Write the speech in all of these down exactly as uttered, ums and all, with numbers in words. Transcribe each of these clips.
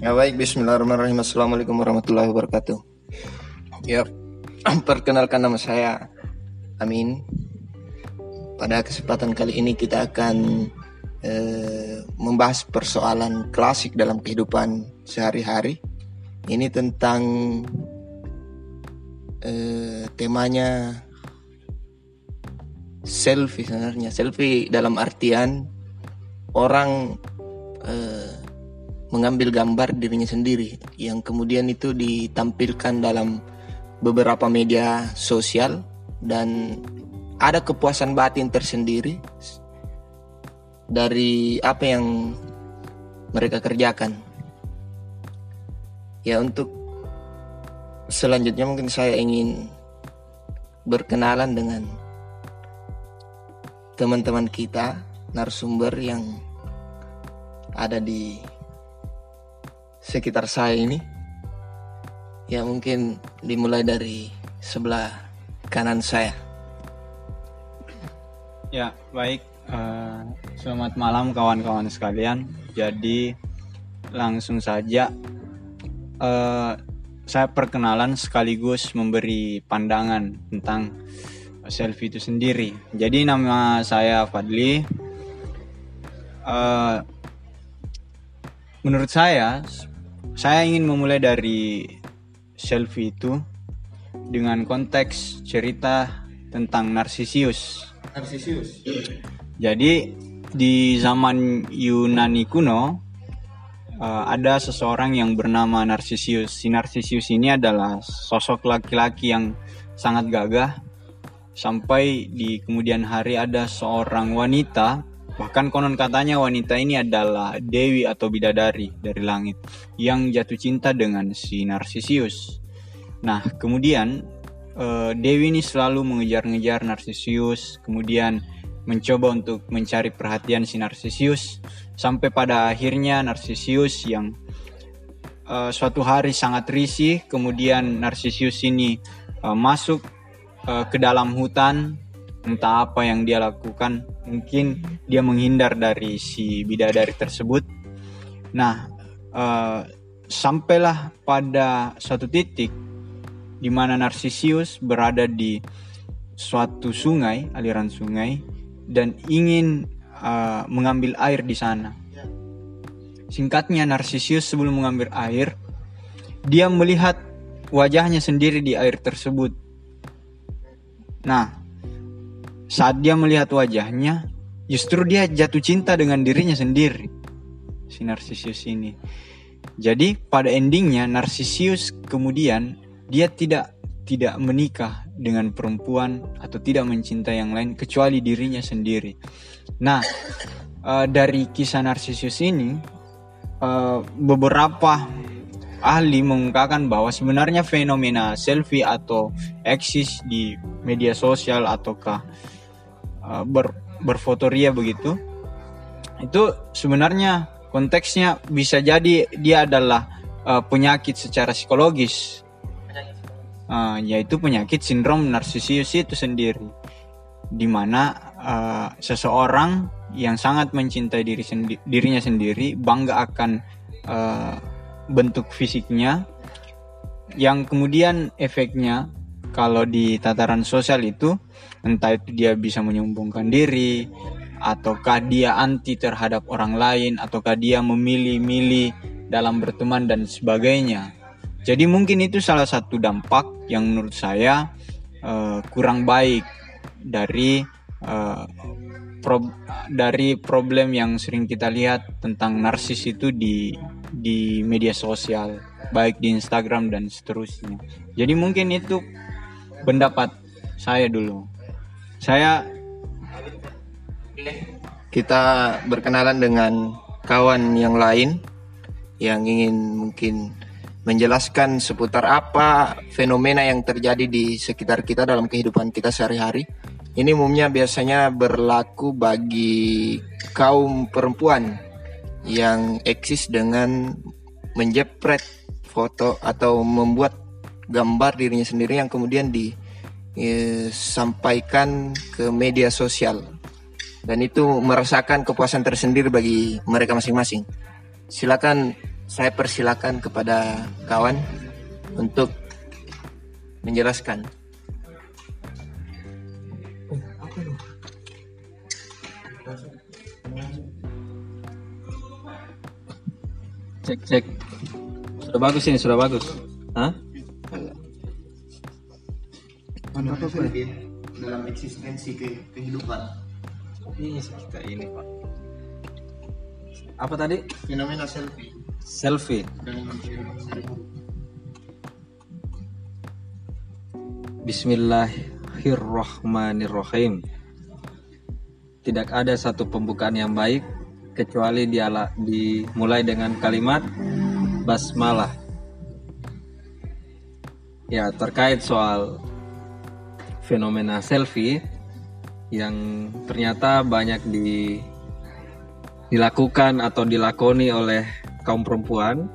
Ya baik, bismillahirrahmanirrahim. Assalamualaikum warahmatullahi wabarakatuh. Ya, perkenalkan nama saya Amin. Pada kesempatan kali ini kita akan eh, membahas persoalan klasik dalam kehidupan sehari-hari. Ini tentang eh, temanya selfie sebenarnya. Selfie dalam artian orang eh, mengambil gambar dirinya sendiri yang kemudian itu ditampilkan dalam beberapa media sosial dan ada kepuasan batin tersendiri dari apa yang mereka kerjakan. Ya, untuk selanjutnya mungkin saya ingin berkenalan dengan teman-teman kita, narasumber yang ada di sekitar saya ini. Ya, mungkin dimulai dari sebelah kanan saya. Ya, baik. Uh, selamat malam kawan-kawan sekalian. Jadi langsung saja uh, saya perkenalan sekaligus memberi pandangan tentang selfie itu sendiri. Jadi nama saya Fadli. Uh, menurut saya, saya ingin memulai dari selfie itu dengan konteks cerita tentang Narsisius. Narsisius. Jadi di zaman Yunani kuno uh, ada seseorang yang bernama Narsisius. Si Narsisius ini adalah sosok laki-laki yang sangat gagah. Sampai di kemudian hari ada seorang wanita, bahkan konon katanya wanita ini adalah dewi atau bidadari dari langit yang jatuh cinta dengan si Narsisius. Nah, kemudian uh, dewi ini selalu mengejar-ngejar Narsisius, kemudian mencoba untuk mencari perhatian si Narsisius, sampai pada akhirnya Narsisius yang uh, suatu hari sangat risih, kemudian Narsisius ini uh, masuk uh, ke dalam hutan. Entah apa yang dia lakukan, mungkin dia menghindar dari si bidadari tersebut. Nah, uh, sampailah pada suatu titik di mana Narsisius berada di suatu sungai, aliran sungai, dan ingin uh, mengambil air di sana. Singkatnya, Narsisius sebelum mengambil air, dia melihat wajahnya sendiri di air tersebut. Nah, saat dia melihat wajahnya, justru dia jatuh cinta dengan dirinya sendiri, si Narsisius ini. Jadi pada endingnya Narsisius kemudian dia tidak tidak menikah dengan perempuan atau tidak mencintai yang lain kecuali dirinya sendiri. Nah, uh, dari kisah Narsisius ini, uh, beberapa ahli mengungkapkan bahwa sebenarnya fenomena selfie atau eksis di media sosial ataukah uh, ber, berfotoria begitu, itu sebenarnya konteksnya bisa jadi dia adalah uh, penyakit secara psikologis. Uh, yaitu penyakit sindrom Narsisius itu sendiri, di mana uh, seseorang yang sangat mencintai diri sendi- dirinya sendiri bangga akan uh, bentuk fisiknya, yang kemudian efeknya kalau di tataran sosial itu entah itu dia bisa menyombongkan diri, ataukah dia anti terhadap orang lain, ataukah dia memilih-milih dalam berteman dan sebagainya. Jadi mungkin itu salah satu dampak yang menurut saya uh, kurang baik dari uh, pro- dari problem yang sering kita lihat tentang narsis itu di di media sosial, baik di Instagram dan seterusnya. Jadi mungkin itu pendapat saya dulu. Saya Kita berkenalan dengan kawan yang lain yang ingin mungkin menjelaskan seputar apa fenomena yang terjadi di sekitar kita dalam kehidupan kita sehari-hari. Ini umumnya biasanya berlaku bagi kaum perempuan yang eksis dengan menjepret foto atau membuat gambar dirinya sendiri yang kemudian disampaikan ke media sosial. Dan itu merasakan kepuasan tersendiri bagi mereka masing-masing. Silakan saya persilakan kepada kawan untuk menjelaskan. Cek cek. Sudah bagus ini, sudah bagus. Hah? Apa selfie dalam eksistensi ke kehidupan? Ini kita ini Pak. Apa tadi? Fenomena selfie Selfie. dalam kehidupan sehari-hari. Bismillahirrahmanirrahim. Tidak ada satu pembukaan yang baik kecuali diala dimulai dengan kalimat basmalah. Ya, terkait soal fenomena selfie yang ternyata banyak di, dilakukan atau dilakoni oleh kaum perempuan.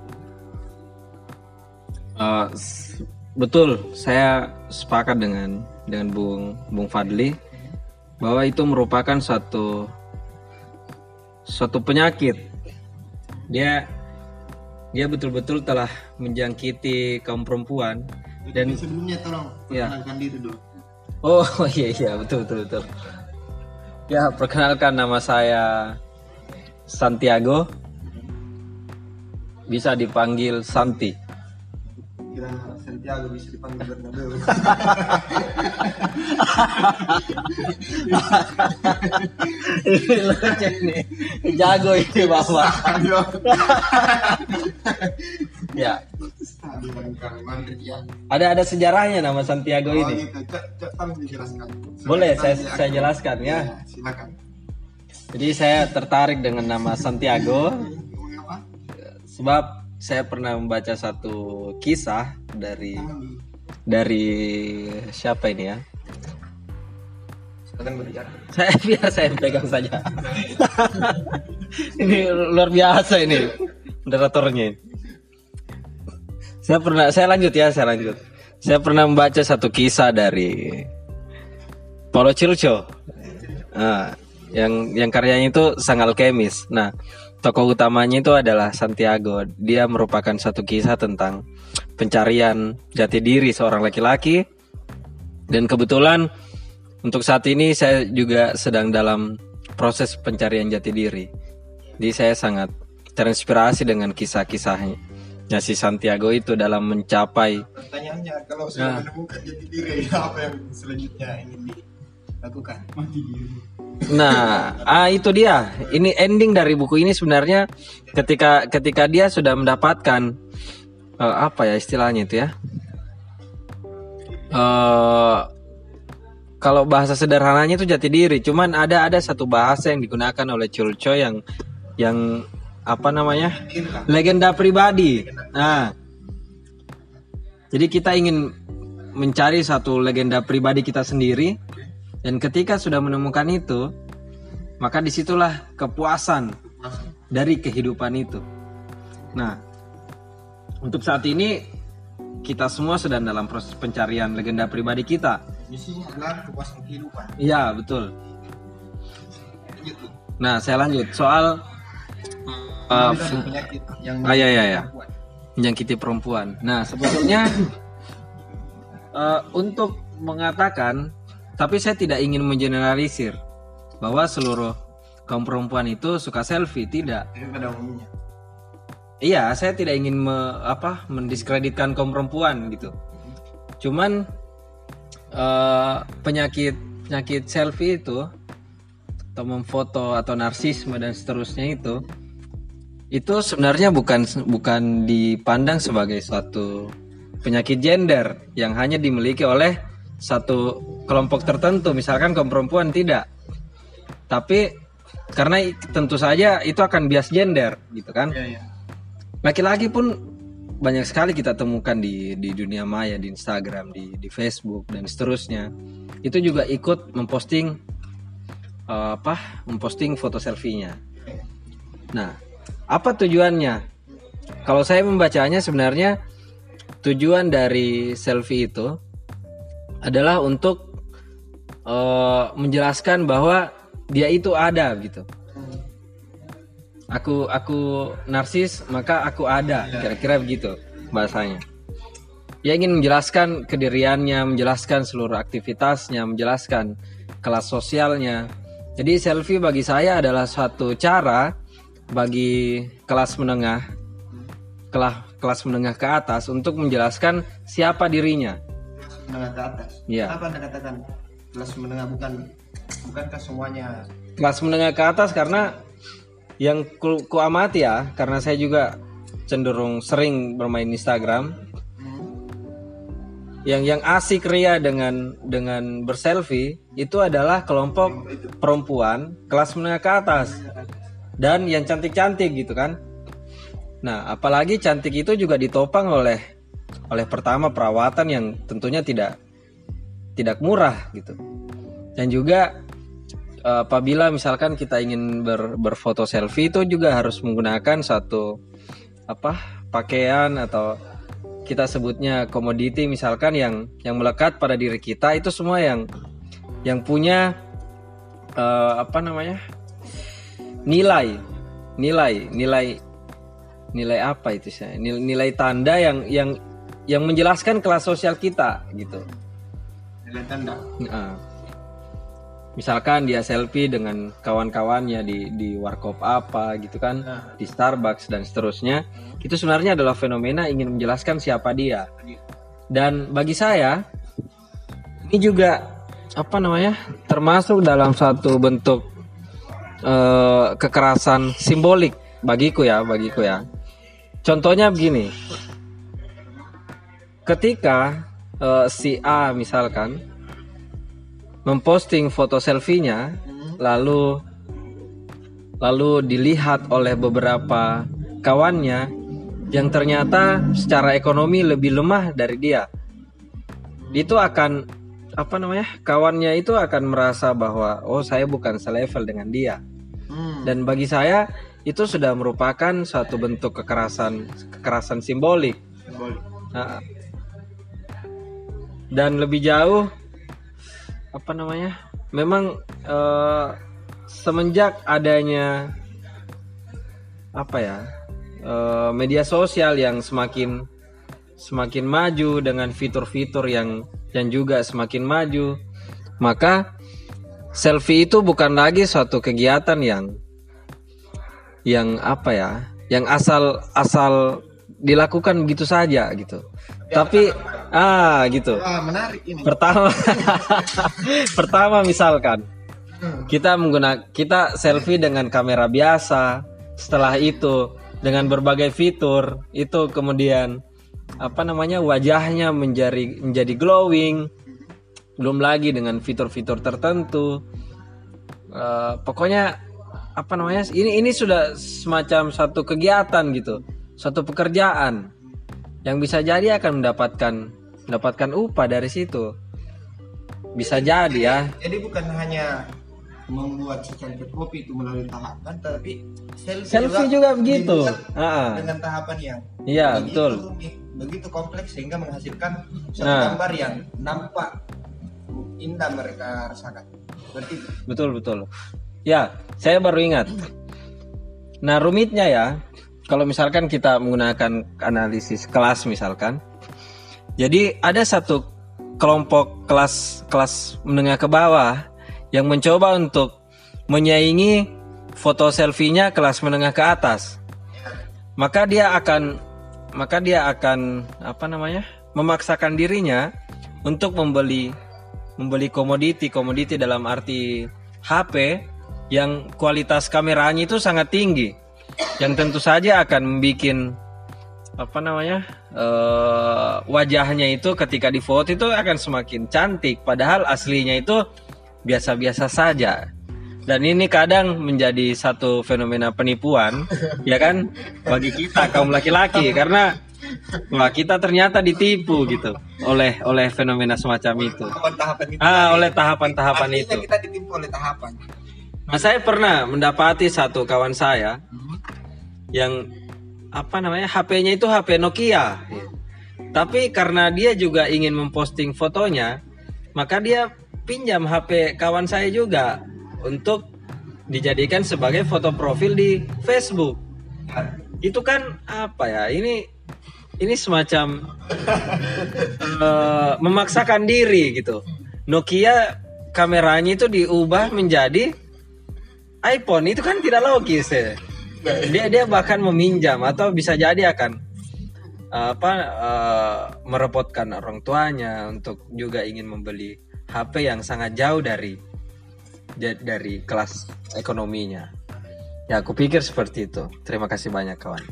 Uh, s- betul, saya sepakat dengan dengan Bung Bung Fadli bahwa itu merupakan suatu suatu penyakit. Dia dia betul-betul telah menjangkiti kaum perempuan. Dan sebelumnya tolong Ya. perkenalkan diri dulu. oh iya iya betul betul betul. Ya, perkenalkan, nama saya Santiago. Bisa dipanggil Santi. Kira Santiago bisa dipanggil Bernabeu. Ini lucu nih. Jago ini Bapak. Ya, Stadion Kalimantan ya. ada ada sejarahnya nama Santiago Oh, ini. gitu. Cek, cek, tolong dijelaskan. Boleh saya Santiago. saya jelaskan ya. Ya, silakan. Jadi saya tertarik dengan nama Santiago Ngomong apa? sebab saya pernah membaca satu kisah dari dari siapa ini ya? Silakan berbicara. Saya biar saya pegang saja. Ini luar biasa ini moderatornya. Saya pernah saya lanjut ya, saya lanjut. Saya pernah membaca satu kisah dari Paulo Coelho. Nah, yang yang karyanya itu Sang Alkemis. Nah, tokoh utamanya itu adalah Santiago. Dia merupakan satu kisah tentang pencarian jati diri seorang laki-laki. Dan kebetulan untuk saat ini saya juga sedang dalam proses pencarian jati diri. Jadi saya sangat terinspirasi dengan kisah-kisahnya si Santiago itu dalam mencapai. Pertanyaannya, kalau sudah Nah. menemukan jati diri, apa yang selanjutnya ingin dilakukan? Mati diri. Nah, ah itu dia. Ini ending dari buku ini sebenarnya ketika ketika dia sudah mendapatkan eh, apa ya istilahnya itu ya. Eh kalau bahasa sederhananya itu jati diri. Cuman ada ada satu bahasa yang digunakan oleh Coelho yang yang apa namanya? Legenda pribadi. Nah, jadi kita ingin mencari satu legenda pribadi kita sendiri. Dan ketika sudah menemukan itu, maka disitulah kepuasan dari kehidupan itu. Nah, untuk saat ini kita semua sedang dalam proses pencarian legenda pribadi kita. Misinya adalah kepuasan kehidupan. Iya, betul. Lanjut, Bu. Nah, saya lanjut soal uh, Ada penyakit yang Ah, iya, iya, iya. menjangkiti perempuan. Nah, sebetulnya uh, untuk mengatakan, tapi saya tidak ingin mengeneralisir bahwa seluruh kaum perempuan itu suka selfie, tidak. Itu pada umumnya. Iya, saya tidak ingin me- apa mendiskreditkan kaum perempuan gitu. Cuman eh, penyakit penyakit selfie itu atau memfoto atau narsisme dan seterusnya itu itu sebenarnya bukan bukan dipandang sebagai suatu penyakit gender yang hanya dimiliki oleh satu kelompok tertentu, misalkan kaum perempuan, tidak. Tapi karena tentu saja itu akan bias gender gitu kan. Iya, iya. Laki-laki pun banyak sekali kita temukan di di dunia maya, di Instagram, di di Facebook dan seterusnya. Itu juga ikut memposting eh, apa? Memposting foto selfie-nya. Nah, apa tujuannya? Kalau saya membacanya sebenarnya tujuan dari selfie itu adalah untuk eh, menjelaskan bahwa dia itu ada gitu. Aku aku narsis maka aku ada, kira-kira begitu bahasanya. Dia ingin menjelaskan kediriannya, menjelaskan seluruh aktivitasnya, menjelaskan kelas sosialnya. Jadi selfie bagi saya adalah suatu cara bagi kelas menengah, kelas kelas menengah ke atas untuk menjelaskan siapa dirinya. Menengah ke atas. Iya. Apa Anda katakan kelas menengah, bukan bukankah semuanya Kelas menengah ke atas karena yang ku, ku amati ya, karena saya juga cenderung sering bermain Instagram. Yang yang asik ria dengan dengan berselfie itu adalah kelompok perempuan kelas menengah ke atas dan yang cantik-cantik gitu kan. Nah, apalagi cantik itu juga ditopang oleh oleh pertama perawatan yang tentunya tidak tidak murah gitu. Dan juga apabila misalkan kita ingin ber, berfoto selfie itu juga harus menggunakan satu apa pakaian atau kita sebutnya komoditi misalkan yang yang melekat pada diri kita, itu semua yang yang punya uh, apa namanya nilai nilai nilai nilai apa itu saya nilai, nilai tanda yang yang yang menjelaskan kelas sosial kita gitu. nilai tanda? Nah, misalkan dia selfie dengan kawan-kawannya di di warkop apa gitu kan, nah, di Starbucks dan seterusnya, itu sebenarnya adalah fenomena ingin menjelaskan siapa dia. Dan bagi saya ini juga apa namanya termasuk dalam satu bentuk uh, kekerasan simbolik bagiku ya, bagiku ya. Contohnya begini, ketika uh, si A misalkan memposting foto selfie-nya, lalu lalu dilihat oleh beberapa kawannya yang ternyata secara ekonomi lebih lemah dari dia, itu akan apa namanya kawannya itu akan merasa bahwa oh saya bukan selevel dengan dia. hmm. Dan bagi saya itu sudah merupakan suatu bentuk kekerasan kekerasan simbolik. Simbolik. Nah, dan lebih jauh apa namanya memang eh, semenjak adanya apa ya eh, media sosial yang semakin semakin maju dengan fitur-fitur yang yang juga semakin maju, maka selfie itu bukan lagi suatu kegiatan yang yang apa ya yang asal asal dilakukan begitu saja gitu. Ya, tapi ah gitu. Ah, menarik ini. Pertama, pertama misalkan kita menggunakan kita selfie dengan kamera biasa, setelah itu dengan berbagai fitur itu kemudian apa namanya wajahnya menjadi menjadi glowing, belum lagi dengan fitur-fitur tertentu. Uh, pokoknya apa namanya ini ini sudah semacam satu kegiatan gitu, suatu pekerjaan yang bisa jadi akan mendapatkan mendapatkan upah dari situ. Bisa jadi ya. Jadi bukan hanya membuat secantik kopi itu melalui tahapan, tapi selfie, selfie juga, juga begitu. Ah. Dengan tahapan yang iya, begitu, betul. begitu kompleks sehingga menghasilkan satu nah. gambar yang nampak indah mereka rasakan. Berarti betul betul. Ya, saya baru ingat. Nah, rumitnya ya, kalau misalkan kita menggunakan analisis kelas misalkan, jadi ada satu kelompok kelas kelas menengah ke bawah yang mencoba untuk menyaingi foto selfie-nya kelas menengah ke atas. Maka dia akan maka dia akan apa namanya? memaksakan dirinya untuk membeli membeli komoditi komoditi dalam arti H P yang kualitas kameranya itu sangat tinggi, yang tentu saja akan membuat apa namanya uh, wajahnya itu ketika difoto itu akan semakin cantik, padahal aslinya itu biasa-biasa saja. Dan ini kadang menjadi satu fenomena penipuan, ya kan, bagi kita kaum laki-laki, karena wah kita ternyata ditipu gitu oleh oleh fenomena semacam itu. Tahapan-tahapan itu. Ah, oleh tahapan-tahapan itu. Kita ditipu oleh tahapan. Nah, saya pernah mendapati satu kawan saya yang apa namanya H P-nya itu H P Nokia, tapi karena dia juga ingin memposting fotonya, maka dia pinjam H P kawan saya juga untuk dijadikan sebagai foto profil di Facebook. Itu kan apa ya? Ini ini semacam uh, memaksakan diri gitu. Nokia kameranya itu diubah menjadi iPhone, itu kan tidak logis ya. Dia dia bahkan meminjam atau bisa jadi akan uh, apa uh, merepotkan orang tuanya untuk juga ingin membeli H P yang sangat jauh dari dari kelas ekonominya. Ya, aku pikir seperti itu. Terima kasih banyak kawan.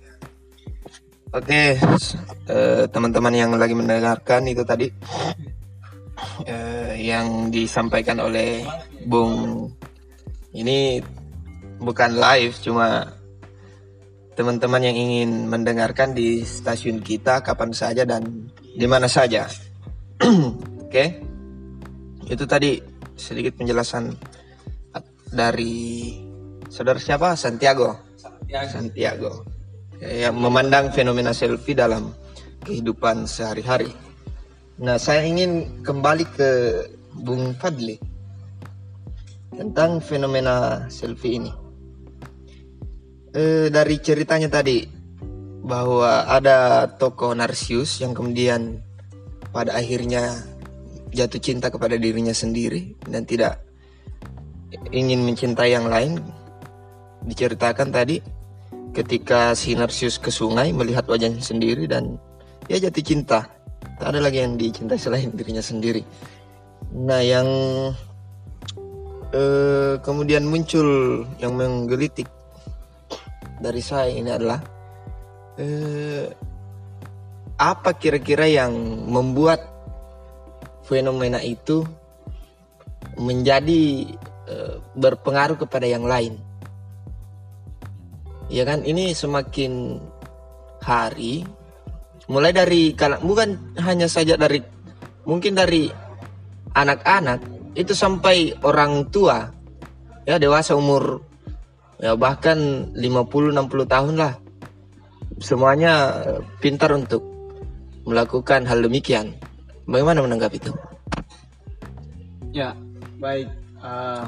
Oke, eh, teman-teman yang lagi mendengarkan itu tadi eh, yang disampaikan oleh Bung, ini bukan live, cuma teman-teman yang ingin mendengarkan di stasiun kita kapan saja dan di mana saja. Oke, itu tadi sedikit penjelasan dari saudara siapa? Santiago. Santiago. Santiago. Yang memandang fenomena selfie dalam kehidupan sehari-hari. Nah, saya ingin kembali ke Bung Fadli tentang fenomena selfie ini. E, dari ceritanya tadi bahwa ada tokoh narsius yang kemudian pada akhirnya jatuh cinta kepada dirinya sendiri dan tidak ingin mencintai yang lain. Diceritakan tadi ketika si narsius ke sungai melihat wajahnya sendiri dan dia jatuh cinta. Tak ada lagi yang dicintai selain dirinya sendiri. Nah, yang eh, kemudian muncul yang menggelitik dari saya ini adalah eh, apa kira-kira yang membuat fenomena itu menjadi eh, berpengaruh kepada yang lain. Ya kan, ini semakin hari mulai dari bukan hanya saja dari mungkin dari anak-anak itu sampai orang tua ya, dewasa umur ya bahkan lima puluh enam puluh tahun lah, semuanya pintar untuk melakukan hal demikian. Bagaimana menanggapi itu? Ya, baik. Uh,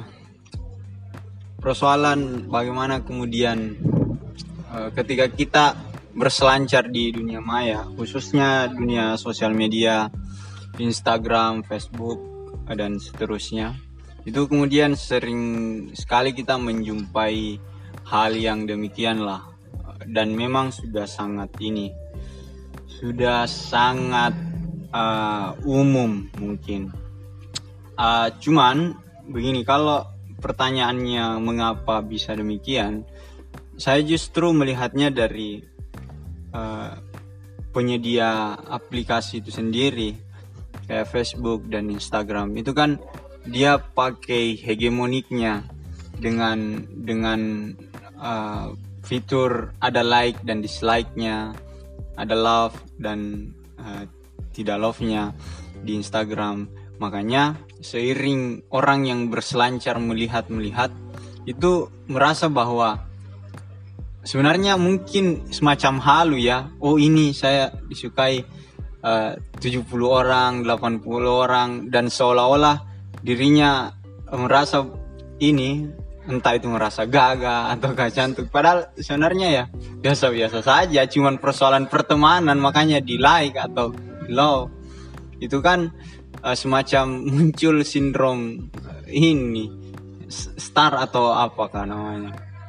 persoalan bagaimana kemudian uh, ketika kita berselancar di dunia maya, khususnya dunia sosial media, Instagram, Facebook, dan seterusnya, itu kemudian sering sekali kita menjumpai hal yang demikian lah. Dan memang sudah sangat ini, sudah sangat uh, umum mungkin. Uh, cuman begini, kalau pertanyaannya mengapa bisa demikian, saya justru melihatnya dari Uh, penyedia aplikasi itu sendiri kayak Facebook dan Instagram. Itu kan dia pakai hegemoniknya dengan dengan uh, fitur ada like dan dislike-nya, ada love dan uh, tidak love-nya di Instagram. Makanya seiring orang yang berselancar melihat-melihat itu merasa bahwa sebenarnya mungkin semacam halu ya. Oh, ini saya disukai uh, tujuh puluh orang, delapan puluh orang, dan seolah-olah dirinya merasa ini, entah itu merasa gagah atau gak cantik. Padahal sebenarnya ya biasa-biasa saja, cuman persoalan pertemanan makanya di like atau di love. Itu kan uh, semacam muncul sindrom uh, ini star atau apakah namanya.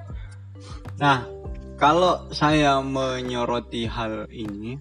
Nah, kalau saya menyoroti hal ini,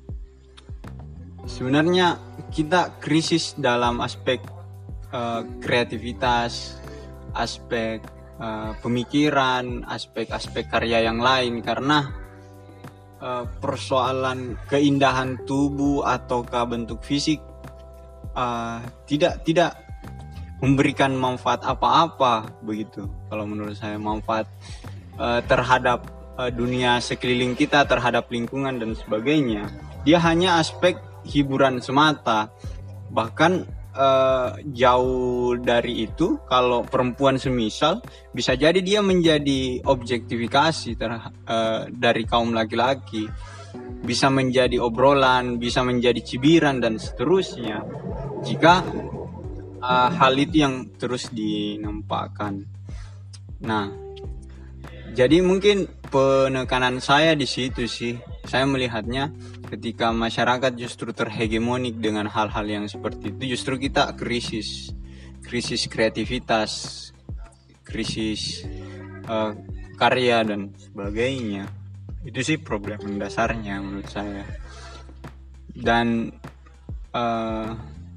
sebenarnya kita krisis dalam aspek uh, kreativitas, aspek uh, pemikiran, aspek-aspek karya yang lain, karena uh, persoalan keindahan tubuh ataukah bentuk fisik uh, tidak tidak memberikan manfaat apa-apa begitu. Kalau menurut saya manfaat uh, terhadap dunia sekeliling kita, terhadap lingkungan dan sebagainya, dia hanya aspek hiburan semata. Bahkan eh, jauh dari itu, kalau perempuan semisal bisa jadi dia menjadi objektifikasi ter, eh, dari kaum laki-laki, bisa menjadi obrolan, bisa menjadi cibiran dan seterusnya jika eh, hal itu yang terus dinampakkan. Nah, jadi mungkin penekanan saya di situ sih, saya melihatnya ketika masyarakat justru terhegemonik dengan hal-hal yang seperti itu, justru kita krisis, krisis kreativitas, krisis uh, karya dan sebagainya. Itu sih problem mendasarnya menurut saya. Dan uh,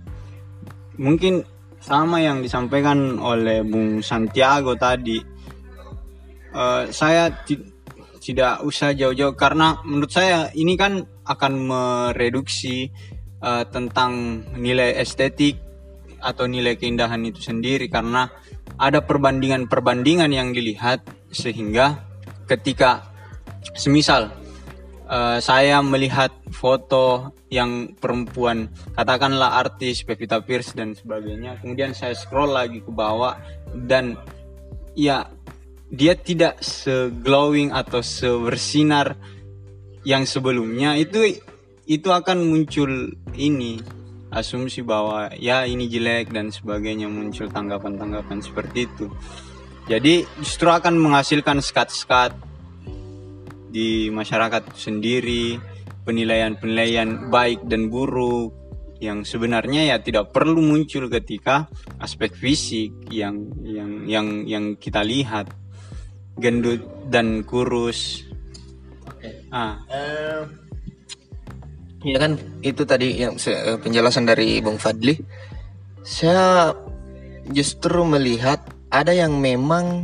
mungkin sama yang disampaikan oleh Bung Santiago tadi, uh, saya t- tidak usah jauh-jauh, karena menurut saya ini kan akan mereduksi uh, tentang nilai estetik atau nilai keindahan itu sendiri, karena ada perbandingan-perbandingan yang dilihat, sehingga ketika semisal uh, saya melihat foto yang perempuan, katakanlah artis Pevita Pierce dan sebagainya, kemudian saya scroll lagi ke bawah dan ya dia tidak se-glowing atau se-bersinar yang sebelumnya, itu itu akan muncul ini asumsi bahwa ya ini jelek dan sebagainya, muncul tanggapan-tanggapan seperti itu. Jadi justru akan menghasilkan skat-skat di masyarakat itu sendiri, penilaian-penilaian baik dan buruk yang sebenarnya ya tidak perlu muncul ketika aspek fisik yang yang yang yang kita lihat, gendut dan kurus. Oke. Ah, Uh, ya kan itu tadi yang se- penjelasan dari Bung Fadli. Saya justru melihat ada yang memang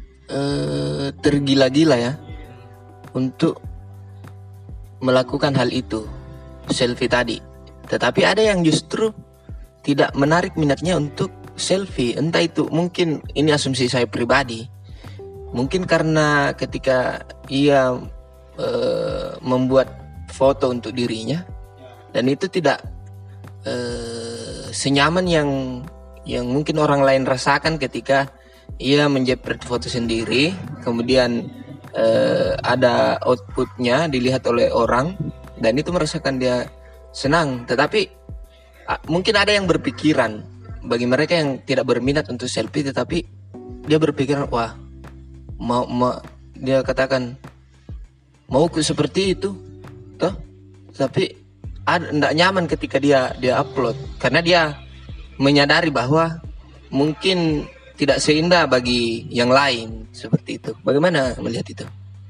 uh, tergila-gila ya untuk melakukan hal itu, selfie tadi. Tetapi ada yang justru tidak menarik minatnya untuk selfie. Entah itu, mungkin ini asumsi saya pribadi, mungkin karena ketika ia e, membuat foto untuk dirinya, dan itu tidak e, senyaman yang yang mungkin orang lain rasakan ketika ia menjepret foto sendiri, kemudian e, ada outputnya dilihat oleh orang, dan itu merasakan dia senang. Tetapi a, mungkin ada yang berpikiran, bagi mereka yang tidak berminat untuk selfie, tetapi dia berpikiran, wah, mau, mau dia katakan mau ku seperti itu, toh, tapi ada tidak nyaman ketika dia dia upload, karena dia menyadari bahwa mungkin tidak seindah bagi yang lain seperti itu. Bagaimana melihat itu?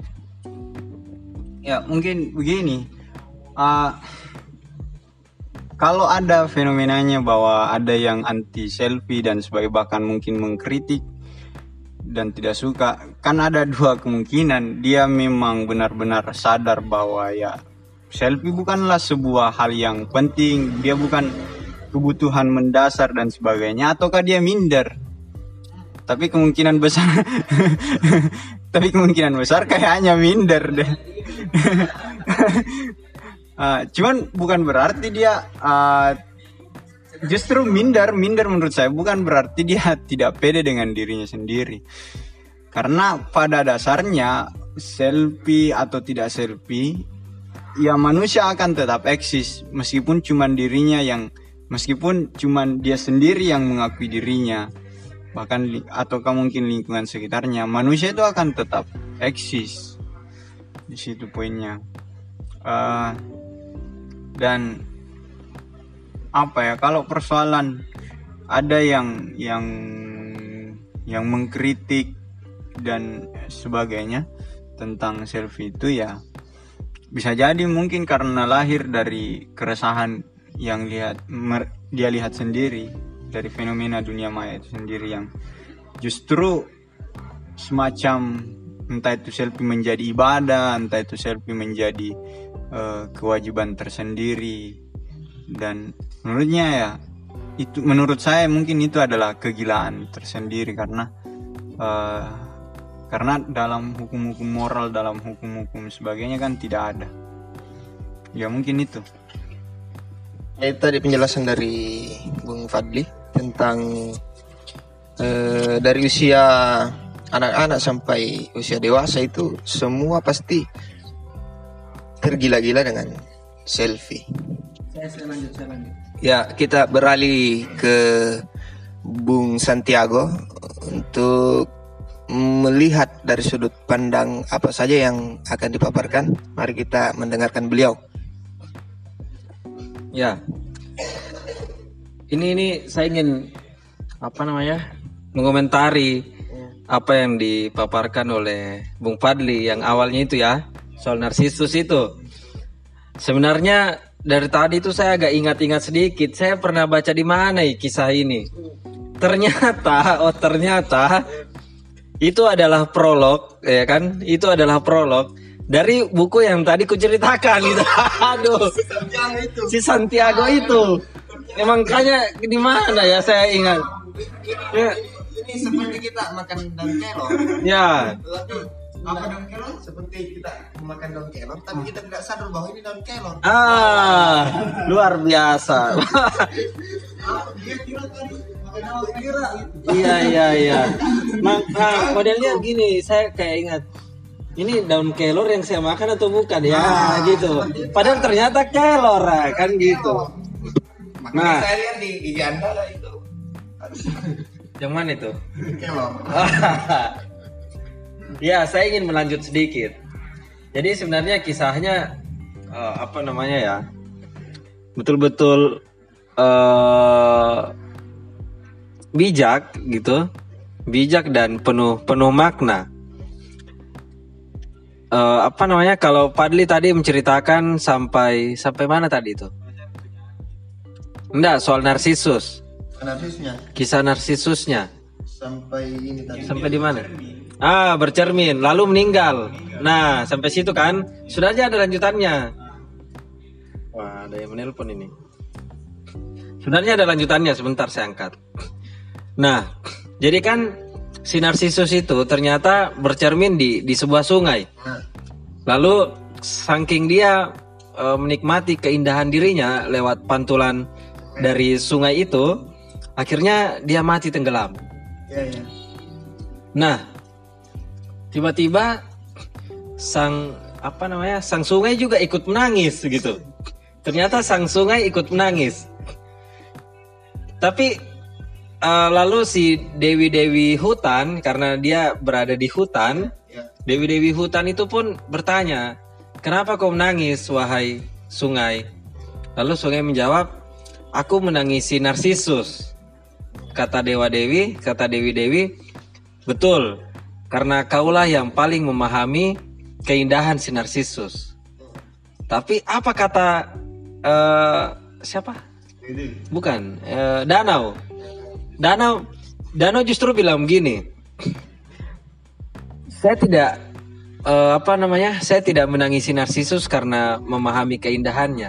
ya mungkin begini. Uh, Kalau ada fenomenanya bahwa ada yang anti selfie dan sebagai bahkan mungkin mengkritik dan tidak suka, kan ada dua kemungkinan. Dia memang benar-benar sadar bahwa ya selfie bukanlah sebuah hal yang penting, dia bukan kebutuhan mendasar dan sebagainya, ataukah dia minder. Tapi kemungkinan besar tapi kemungkinan besar kayaknya minder deh. Uh, cuman bukan berarti dia uh, justru minder minder menurut saya bukan berarti dia tidak pede dengan dirinya sendiri, karena pada dasarnya selfie atau tidak selfie ya manusia akan tetap eksis meskipun cuman dirinya yang meskipun cuman dia sendiri yang mengakui dirinya, bahkan ataukah mungkin lingkungan sekitarnya, manusia itu akan tetap eksis. Di situ poinnya. Uh, Dan apa ya, kalau persoalan ada yang yang yang mengkritik dan sebagainya tentang selfie itu, ya bisa jadi mungkin karena lahir dari keresahan yang lihat mer, dia lihat sendiri dari fenomena dunia maya itu sendiri, yang justru semacam entah itu selfie menjadi ibadah, entah itu selfie menjadi Uh, kewajiban tersendiri. Dan menurutnya ya itu, menurut saya mungkin itu adalah kegilaan tersendiri, karena uh, karena dalam hukum-hukum moral, dalam hukum-hukum sebagainya kan tidak ada. Ya mungkin itu. Itu tadi penjelasan dari Bung Fadli tentang uh, dari usia anak-anak sampai usia dewasa itu semua pasti tergila-gila dengan selfie. Saya, saya lanjut, saya lanjut. Ya, kita beralih ke Bung Santiago untuk melihat dari sudut pandang apa saja yang akan dipaparkan. Mari kita mendengarkan beliau. Ya, ini ini saya ingin apa namanya mengomentari apa yang dipaparkan oleh Bung Fadli yang awalnya itu ya soal narsisus itu. Sebenarnya dari tadi itu saya agak ingat-ingat sedikit. Saya pernah baca di mana ya kisah ini. Ternyata, oh ternyata itu adalah prolog, ya kan? Itu adalah prolog dari buku yang tadi kuceritakan itu. Aduh, si Santiago itu. Emang makanya di mana ya saya ingat. Ya. Ini seperti kita makan daun kelor. Ya. Apa daun kelor? Seperti kita makan daun kelor, tapi kita tidak sadar bahwa ini daun kelor. Ah, luar biasa. Dia kira tadi makan daun kira gitu. Iya iya iya. Nah, nah, modelnya gini, saya kayak ingat. Ini daun kelor yang saya makan atau bukan ya, Ah, gitu. Padahal ternyata kelor ah, kan gitu. Makanya Nah. saya lihat di gigi Anda lah itu. Yang mana itu? Kelor. Ya, saya ingin melanjut sedikit. Jadi sebenarnya kisahnya eh, apa namanya ya? Betul-betul eh, bijak gitu. Bijak dan penuh penuh makna. Eh, apa namanya? Kalau Fadli tadi menceritakan sampai sampai mana tadi itu? Enggak, soal narsisus. Narsisnya Kisah narsisusnya. sampai ini tadi. Sampai di mana? Ah, bercermin, lalu meninggal. Nah, sampai situ kan? Sudah aja ada lanjutannya. Wah, ada yang menelpon ini. Sebenarnya ada lanjutannya, sebentar saya angkat. Nah, jadi kan si Narsisus itu ternyata bercermin di di sebuah sungai. Lalu saking dia e, menikmati keindahan dirinya lewat pantulan dari sungai itu, akhirnya dia mati tenggelam. Ya, ya. Nah, tiba-tiba sang apa namanya sang sungai juga ikut menangis gitu. Ternyata sang sungai ikut menangis. Tapi uh, lalu si dewi-dewi hutan, karena dia berada di hutan, dewi-dewi hutan itu pun bertanya, kenapa kau menangis wahai sungai? Lalu sungai menjawab, aku menangisi Narsisus. Kata dewa-dewi, kata dewi-dewi, betul, karena kaulah yang paling memahami keindahan si Narsisus. Tapi apa kata uh, siapa? Bukan, uh, Danau. Danau, Danau justru bilang begini. Saya tidak uh, apa namanya? Saya tidak menangisi Narsisus karena memahami keindahannya.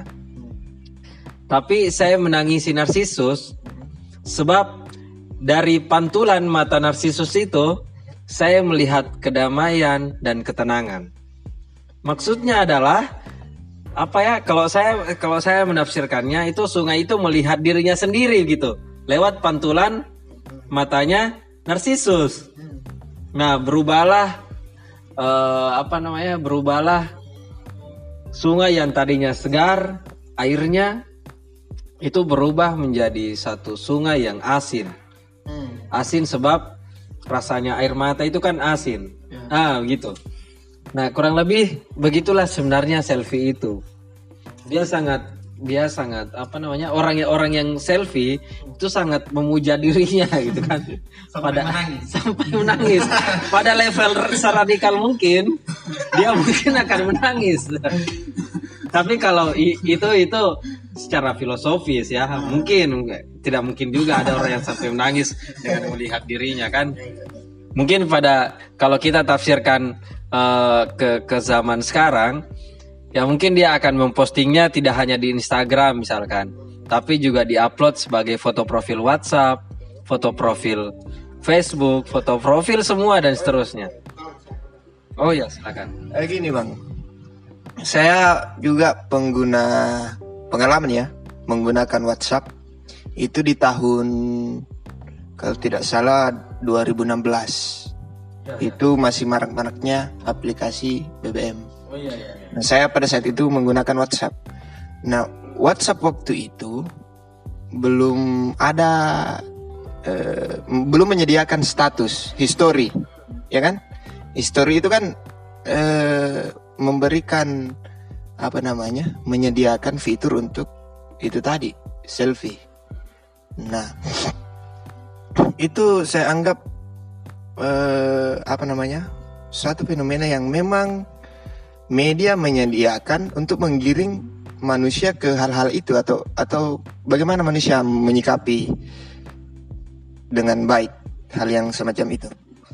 Tapi saya menangisi Narsisus sebab dari pantulan mata Narsisus itu saya melihat kedamaian dan ketenangan. Maksudnya adalah apa ya? Kalau saya kalau saya menafsirkannya itu sungai itu melihat dirinya sendiri gitu lewat pantulan matanya Narsisus. Nah, berubahlah eh, apa namanya? Berubahlah sungai yang tadinya segar airnya itu berubah menjadi satu sungai yang asin. Asin sebab rasanya air mata itu kan asin. Ah, gitu. Nah, kurang lebih begitulah sebenarnya selfie itu. Dia sangat dia sangat apa namanya? Orang orang yang selfie itu sangat memuja dirinya gitu kan. Sampai Pada menangis. sampai menangis. Pada level seradikal mungkin dia mungkin akan menangis. Tapi kalau i- itu itu secara filosofis ya, mungkin tidak mungkin juga ada orang yang sampai menangis dengan melihat dirinya kan. Mungkin pada kalau kita tafsirkan uh, ke ke zaman sekarang, ya mungkin dia akan mempostingnya tidak hanya di Instagram misalkan, tapi juga diupload sebagai foto profil WhatsApp, foto profil Facebook, foto profil semua dan seterusnya. Oh ya, silakan. Eh, gini bang, saya juga pengguna pengalaman ya menggunakan WhatsApp itu di tahun kalau tidak salah dua ribu enam belas. Itu masih marak-maraknya aplikasi B B M. Oh iya iya. Nah, saya pada saat itu menggunakan WhatsApp. Nah, WhatsApp waktu itu belum ada eh, belum menyediakan status history. ya kan? History itu kan eh, memberikan apa namanya, menyediakan fitur untuk itu tadi, selfie. Nah, itu saya anggap eh, apa namanya, suatu fenomena yang memang media menyediakan untuk menggiring manusia ke hal-hal itu, atau atau bagaimana manusia menyikapi dengan baik hal yang semacam itu.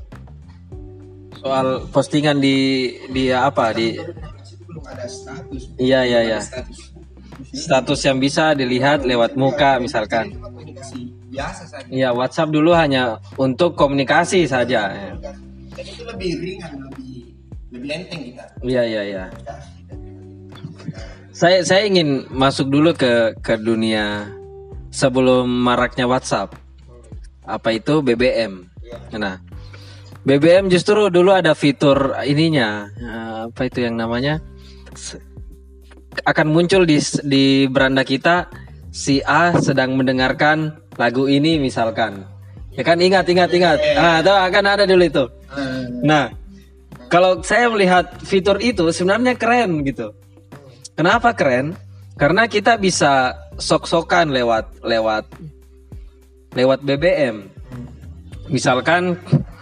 Soal postingan di di apa di Belum ada status. iya iya iya status yang bisa dilihat lewat muka misalkan. Komunikasi biasa saja. Iya, WhatsApp dulu hanya untuk komunikasi saja. Dan itu lebih ringan, lebih lebih enteng kita. Iya iya iya. Saya saya ingin masuk dulu ke ke dunia sebelum maraknya WhatsApp. Apa itu B B M? Nah, B B M justru dulu ada fitur ininya, apa itu yang namanya, akan muncul di di beranda kita, si A sedang mendengarkan lagu ini misalkan, ya kan, ingat ingat ingat, ah itu akan ada dulu itu. Nah, kalau saya melihat fitur itu sebenarnya keren gitu. Kenapa keren? Karena kita bisa sok-sokan lewat lewat lewat B B M. Misalkan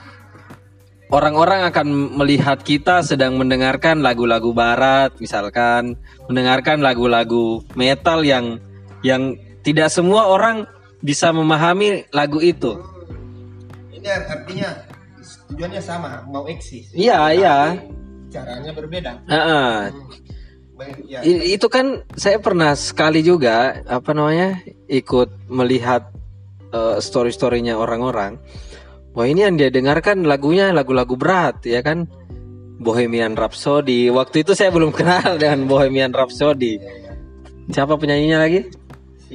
orang-orang akan melihat kita sedang mendengarkan lagu-lagu barat, misalkan mendengarkan lagu-lagu metal yang yang tidak semua orang bisa memahami lagu itu. Ini artinya tujuannya sama, mau eksis. Iya, iya. Caranya berbeda. Heeh. Ya. I- Itu kan saya pernah sekali juga apa namanya ikut melihat uh, story-storynya orang-orang. Wah, ini yang dia dengarkan lagunya lagu-lagu berat, ya kan? Bohemian Rhapsody. Waktu itu saya belum kenal dengan Bohemian Rhapsody. Siapa penyanyinya lagi? Si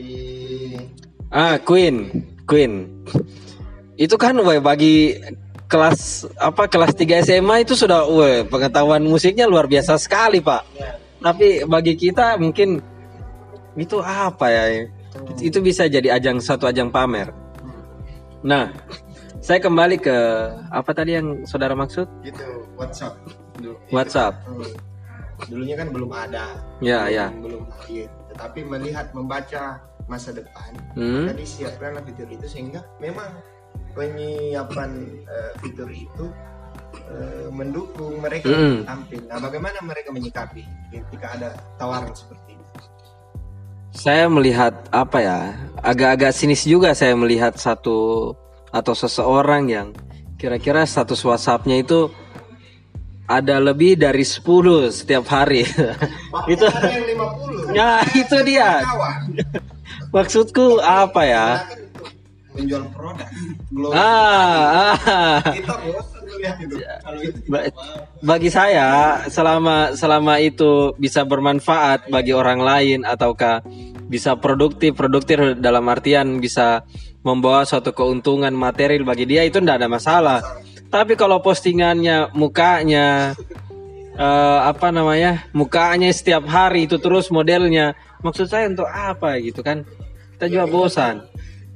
Ah, Queen. Queen. Itu kan wah, bagi kelas apa kelas tiga S M A itu sudah wah, pengetahuan musiknya luar biasa sekali, Pak. Tapi bagi kita mungkin itu apa ya? Itu bisa jadi ajang satu ajang pamer. Nah, saya kembali ke apa tadi yang saudara maksud? gitu, WhatsApp. Dulu, WhatsApp. Hmm. Dulunya kan belum ada. Ya, belum, ya. Belum lahir. Tetapi melihat membaca masa depan, Hmm. jadi siapkanlah fitur itu sehingga memang penyiapan uh, fitur itu uh, mendukung mereka Hmm. tampil. Nah, bagaimana mereka menyikapi ketika ada tawaran seperti itu? Saya melihat apa ya? Agak-agak sinis juga saya melihat satu atau seseorang yang kira-kira status WhatsApp-nya itu ada lebih dari sepuluh setiap hari. Itu Ada yang lima puluh. ya itu dia. Kawan. Maksudku apa ya? Menjual produk. Belum. Ah, ah. Kita bosan melihat itu. Kalau itu Ba- bagi saya selama selama itu bisa bermanfaat bagi orang lain ataukah bisa produktif produktif dalam artian bisa membawa suatu keuntungan material bagi dia, itu tidak ada masalah. Tapi kalau postingannya mukanya eh, apa namanya mukanya setiap hari itu terus modelnya, maksud saya untuk apa gitu kan, kita juga bosan.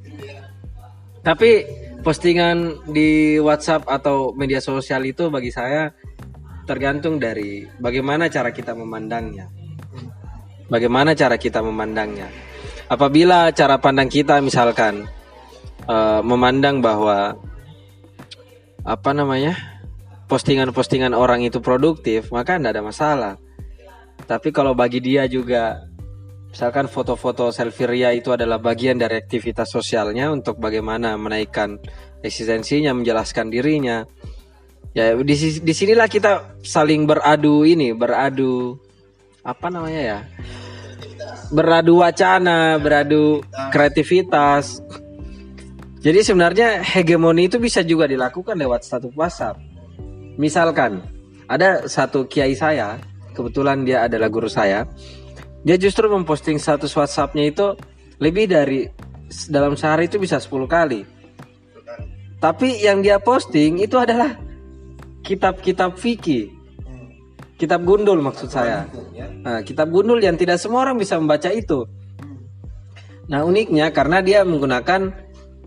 Tapi postingan di WhatsApp atau media sosial itu bagi saya tergantung dari bagaimana cara kita memandangnya. Bagaimana cara kita memandangnya. Apabila cara pandang kita misalkan uh, memandang bahwa apa namanya postingan-postingan orang itu produktif, maka tidak ada masalah. Tapi kalau bagi dia juga misalkan foto-foto selfie ria itu adalah bagian dari aktivitas sosialnya untuk bagaimana menaikkan eksistensinya, menjelaskan dirinya. Ya di di sinilah kita saling beradu ini, beradu apa namanya ya? Beradu wacana, beradu kreativitas. Jadi sebenarnya hegemoni itu bisa juga dilakukan lewat status WhatsApp. Misalkan ada satu kiai saya, kebetulan dia adalah guru saya. Dia justru memposting status WhatsApp-nya itu lebih dari dalam sehari itu bisa sepuluh kali. Tapi yang dia posting itu adalah kitab-kitab fikih. Kitab gundul maksud saya. Nah, kitab gundul yang tidak semua orang bisa membaca itu. Nah, uniknya karena dia menggunakan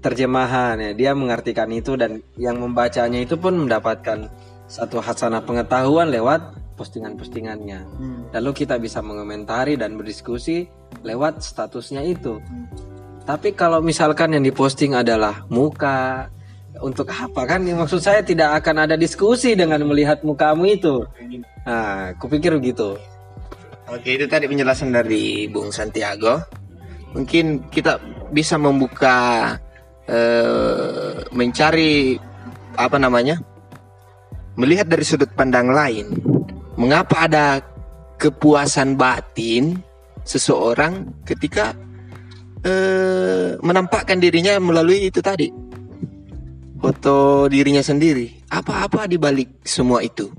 terjemahan ya, dia mengartikan itu dan yang membacanya itu pun mendapatkan satu hasanah pengetahuan lewat postingan-postingannya. Lalu kita bisa mengomentari dan berdiskusi lewat statusnya itu. Tapi kalau misalkan yang diposting adalah muka, untuk apa kan? Maksud saya tidak akan ada diskusi dengan melihat mukamu itu. Nah, kupikir begitu. Oke, itu tadi penjelasan dari Bung Santiago. Mungkin kita bisa membuka eh, mencari apa namanya? Melihat dari sudut pandang lain. Mengapa ada kepuasan batin seseorang ketika eh, menampakkan dirinya melalui itu tadi, foto dirinya sendiri? Apa-apa di balik semua itu?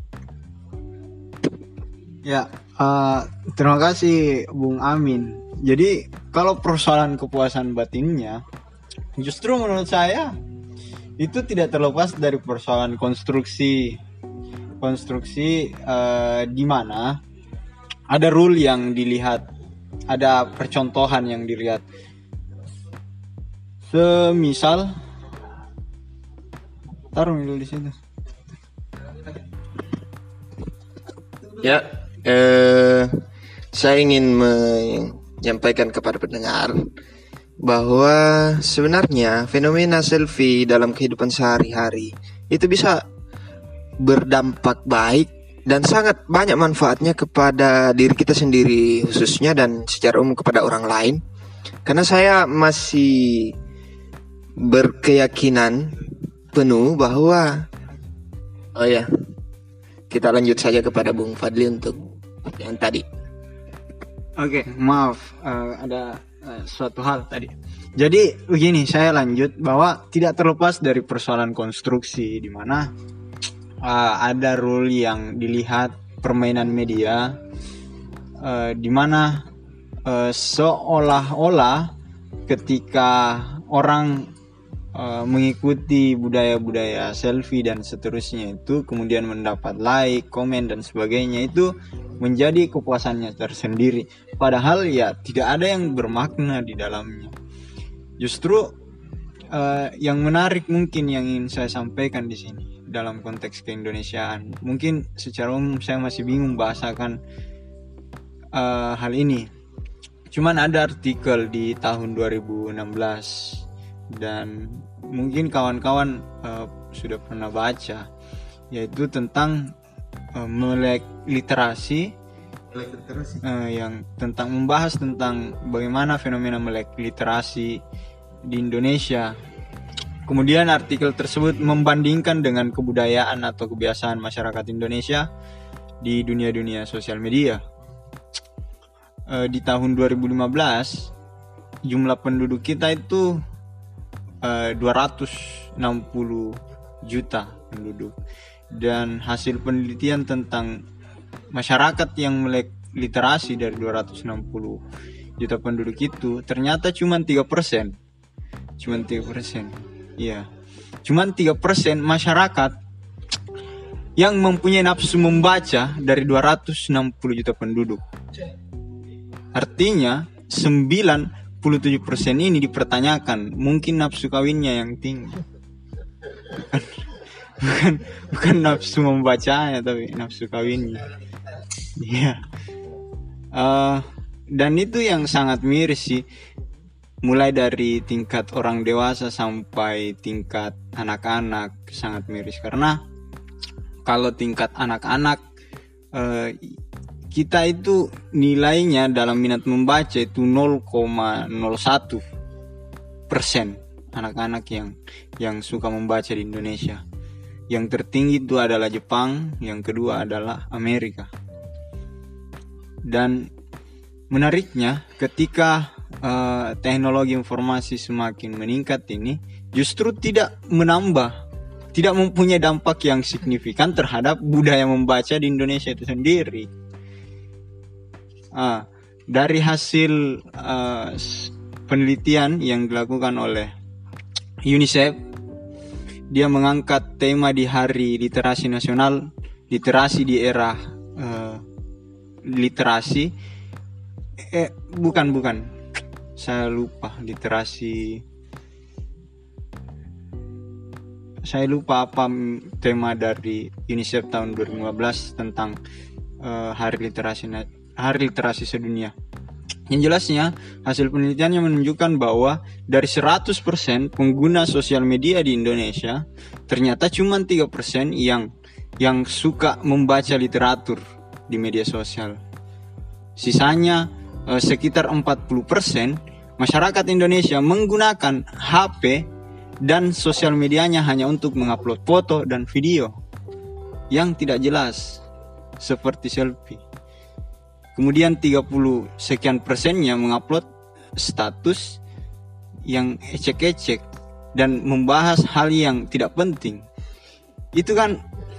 Ya, uh, terima kasih Bung Amin. Jadi kalau persoalan kepuasan batinnya, justru menurut saya itu tidak terlepas dari persoalan konstruksi, konstruksi uh, di mana ada rule yang dilihat, ada percontohan yang dilihat. Semisal, taruh dulu di situ. Ya, eh, saya ingin menyampaikan kepada pendengar bahwa sebenarnya fenomena selfie dalam kehidupan sehari-hari itu bisa berdampak baik dan sangat banyak manfaatnya kepada diri kita sendiri khususnya dan secara umum kepada orang lain. Karena saya masih berkeyakinan penuh bahwa oh ya, kita lanjut saja kepada Bung Fadli untuk yang tadi. Oke, maaf uh, ada uh, suatu hal tadi. Jadi begini, saya lanjut bahwa tidak terlepas dari persoalan konstruksi di mana uh, ada rule yang dilihat permainan media uh, di mana uh, seolah-olah ketika orang Uh, mengikuti budaya-budaya selfie dan seterusnya itu kemudian mendapat like, komen dan sebagainya itu menjadi kepuasannya tersendiri. Padahal ya tidak ada yang bermakna di dalamnya. Justru uh, yang menarik mungkin yang ingin saya sampaikan di sini dalam konteks keindonesiaan. Mungkin secara umum saya masih bingung bahasakan uh, hal ini. Cuman ada artikel di tahun dua ribu enam belas dan mungkin kawan-kawan uh, sudah pernah baca, yaitu tentang uh, melek literasi, melek literasi. Uh, yang tentang membahas tentang bagaimana fenomena melek literasi di Indonesia. Kemudian artikel tersebut membandingkan dengan kebudayaan atau kebiasaan masyarakat Indonesia di dunia-dunia sosial media. Uh, di tahun dua ribu lima belas jumlah penduduk kita itu dua ratus enam puluh juta penduduk, dan hasil penelitian tentang masyarakat yang melek literasi dari dua ratus enam puluh juta penduduk itu ternyata cuma tiga persen. Cuma tiga persen. Iya. Cuma tiga persen masyarakat yang mempunyai nafsu membaca dari dua ratus enam puluh juta penduduk. Artinya sembilan puluh tujuh persen ini dipertanyakan, mungkin nafsu kawinnya yang tinggi. Bukan, bukan, bukan nafsu membacanya, tapi nafsu kawinnya. Iya. Uh, dan itu yang sangat miris sih. Mulai dari tingkat orang dewasa sampai tingkat anak-anak sangat miris. Karena kalau tingkat anak-anak uh, kita itu nilainya dalam minat membaca itu nol koma nol satu persen anak-anak yang yang suka membaca di Indonesia. Yang tertinggi itu adalah Jepang, yang kedua adalah Amerika. Dan menariknya ketika uh, teknologi informasi semakin meningkat ini justru tidak menambah, tidak mempunyai dampak yang signifikan terhadap budaya membaca di Indonesia itu sendiri. Ah, dari hasil uh, penelitian yang dilakukan oleh UNICEF, dia mengangkat tema di Hari Literasi Nasional, literasi di era uh, literasi, eh bukan bukan, saya lupa literasi saya lupa apa mm, tema dari UNICEF tahun dua ribu lima belas tentang uh, hari literasi hari literasi sedunia. Yang jelasnya, hasil penelitiannya menunjukkan bahwa dari seratus persen pengguna sosial media di Indonesia, ternyata cuma tiga persen yang yang suka membaca literatur di media sosial. Sisanya eh, sekitar empat puluh persen masyarakat Indonesia menggunakan H P dan sosial medianya hanya untuk mengupload foto dan video yang tidak jelas seperti selfie. Kemudian tiga puluh sekian persennya mengupload status yang ecek-ecek dan membahas hal yang tidak penting. Itu kan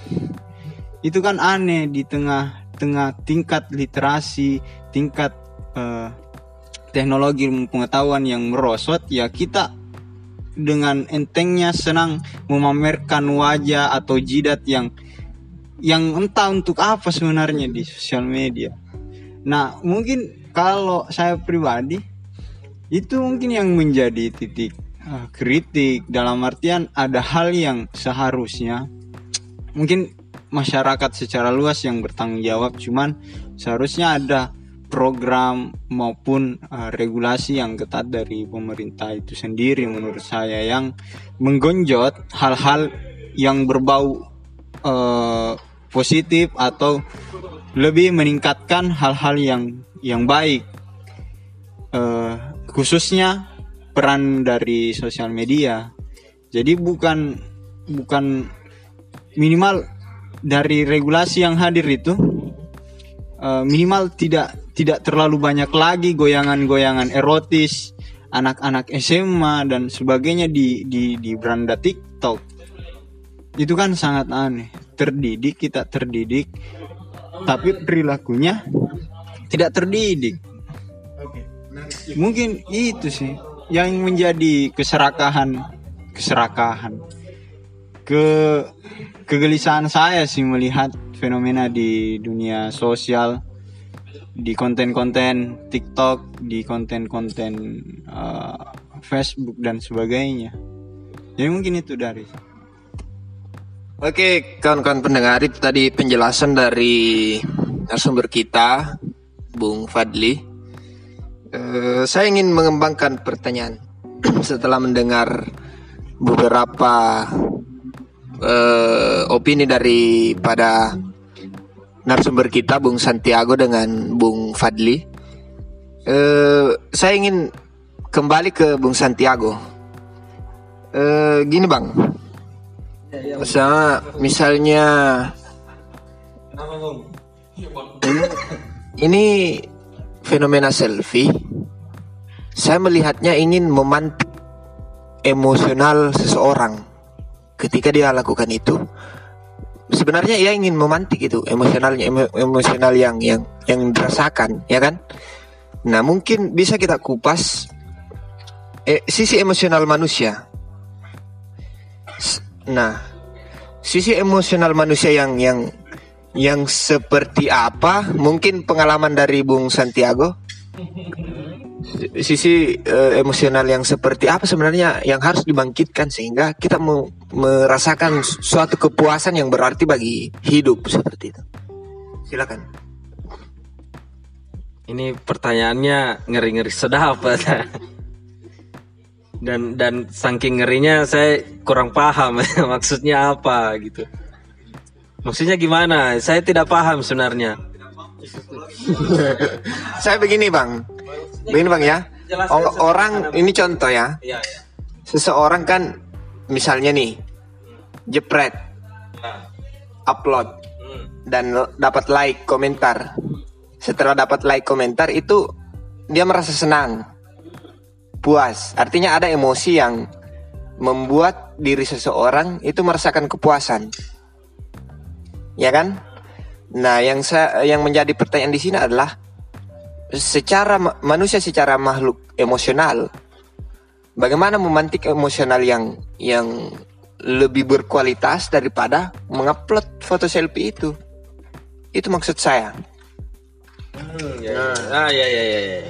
itu kan aneh di tengah-tengah tingkat literasi, tingkat uh, teknologi pengetahuan yang merosot, ya kita dengan entengnya senang memamerkan wajah atau jidat yang yang entah untuk apa sebenarnya di sosial media. Nah, mungkin kalau saya pribadi itu mungkin yang menjadi titik uh, kritik, dalam artian ada hal yang seharusnya mungkin masyarakat secara luas yang bertanggung jawab, cuman seharusnya ada program maupun uh, regulasi yang ketat dari pemerintah itu sendiri menurut saya, yang menggenjot hal-hal yang berbau uh, positif atau lebih meningkatkan hal-hal yang yang baik, uh, khususnya peran dari sosial media. Jadi bukan bukan minimal dari regulasi yang hadir itu uh, minimal tidak tidak terlalu banyak lagi goyangan-goyangan erotis anak-anak S M A dan sebagainya di di di beranda TikTok. Itu kan sangat aneh. Terdidik, kita terdidik, tapi perilakunya tidak terdidik. Mungkin itu sih yang menjadi keserakahan keserakahan ke kegelisahan saya sih melihat fenomena di dunia sosial, di konten-konten TikTok, di konten-konten uh, Facebook dan sebagainya. Jadi mungkin itu dari. Oke, kawan-kawan pendengar, itu tadi penjelasan dari narasumber kita, Bung Fadli. Uh, saya ingin mengembangkan pertanyaan setelah mendengar beberapa uh, opini daripada narasumber kita, Bung Santiago dengan Bung Fadli. Uh, saya ingin kembali ke Bung Santiago. Uh, gini Bang, sama misalnya ini fenomena selfie, saya melihatnya ingin memantik emosional seseorang ketika dia lakukan itu. Sebenarnya ia ingin memantik itu emosionalnya, emo, emosional yang yang yang dirasakan, ya kan? Nah, mungkin bisa kita kupas eh, sisi emosional manusia. Nah, sisi emosional manusia yang yang yang seperti apa? Mungkin pengalaman dari Bung Santiago. Sisi uh, emosional yang seperti apa sebenarnya yang harus dibangkitkan sehingga kita mau merasakan suatu kepuasan yang berarti bagi hidup seperti itu. Silakan. Ini pertanyaannya ngeri-ngeri sedap. dan dan saking ngerinya saya kurang paham maksudnya apa gitu. Maksudnya gimana? Saya tidak paham sebenarnya. Saya begini Bang, begini Bang ya. O- orang ini contoh ya. Seseorang kan misalnya nih jepret, upload dan dapat like komentar. Setelah dapat like komentar itu dia merasa senang, puas. Artinya ada emosi yang membuat diri seseorang itu merasakan kepuasan, ya kan? Nah, yang saya, yang menjadi pertanyaan di sini adalah secara manusia secara makhluk emosional, bagaimana memantik emosional yang yang lebih berkualitas daripada mengupload foto selfie itu? Itu maksud saya. Hmm, ya, ya. Ah, ya, ya, ya, ya.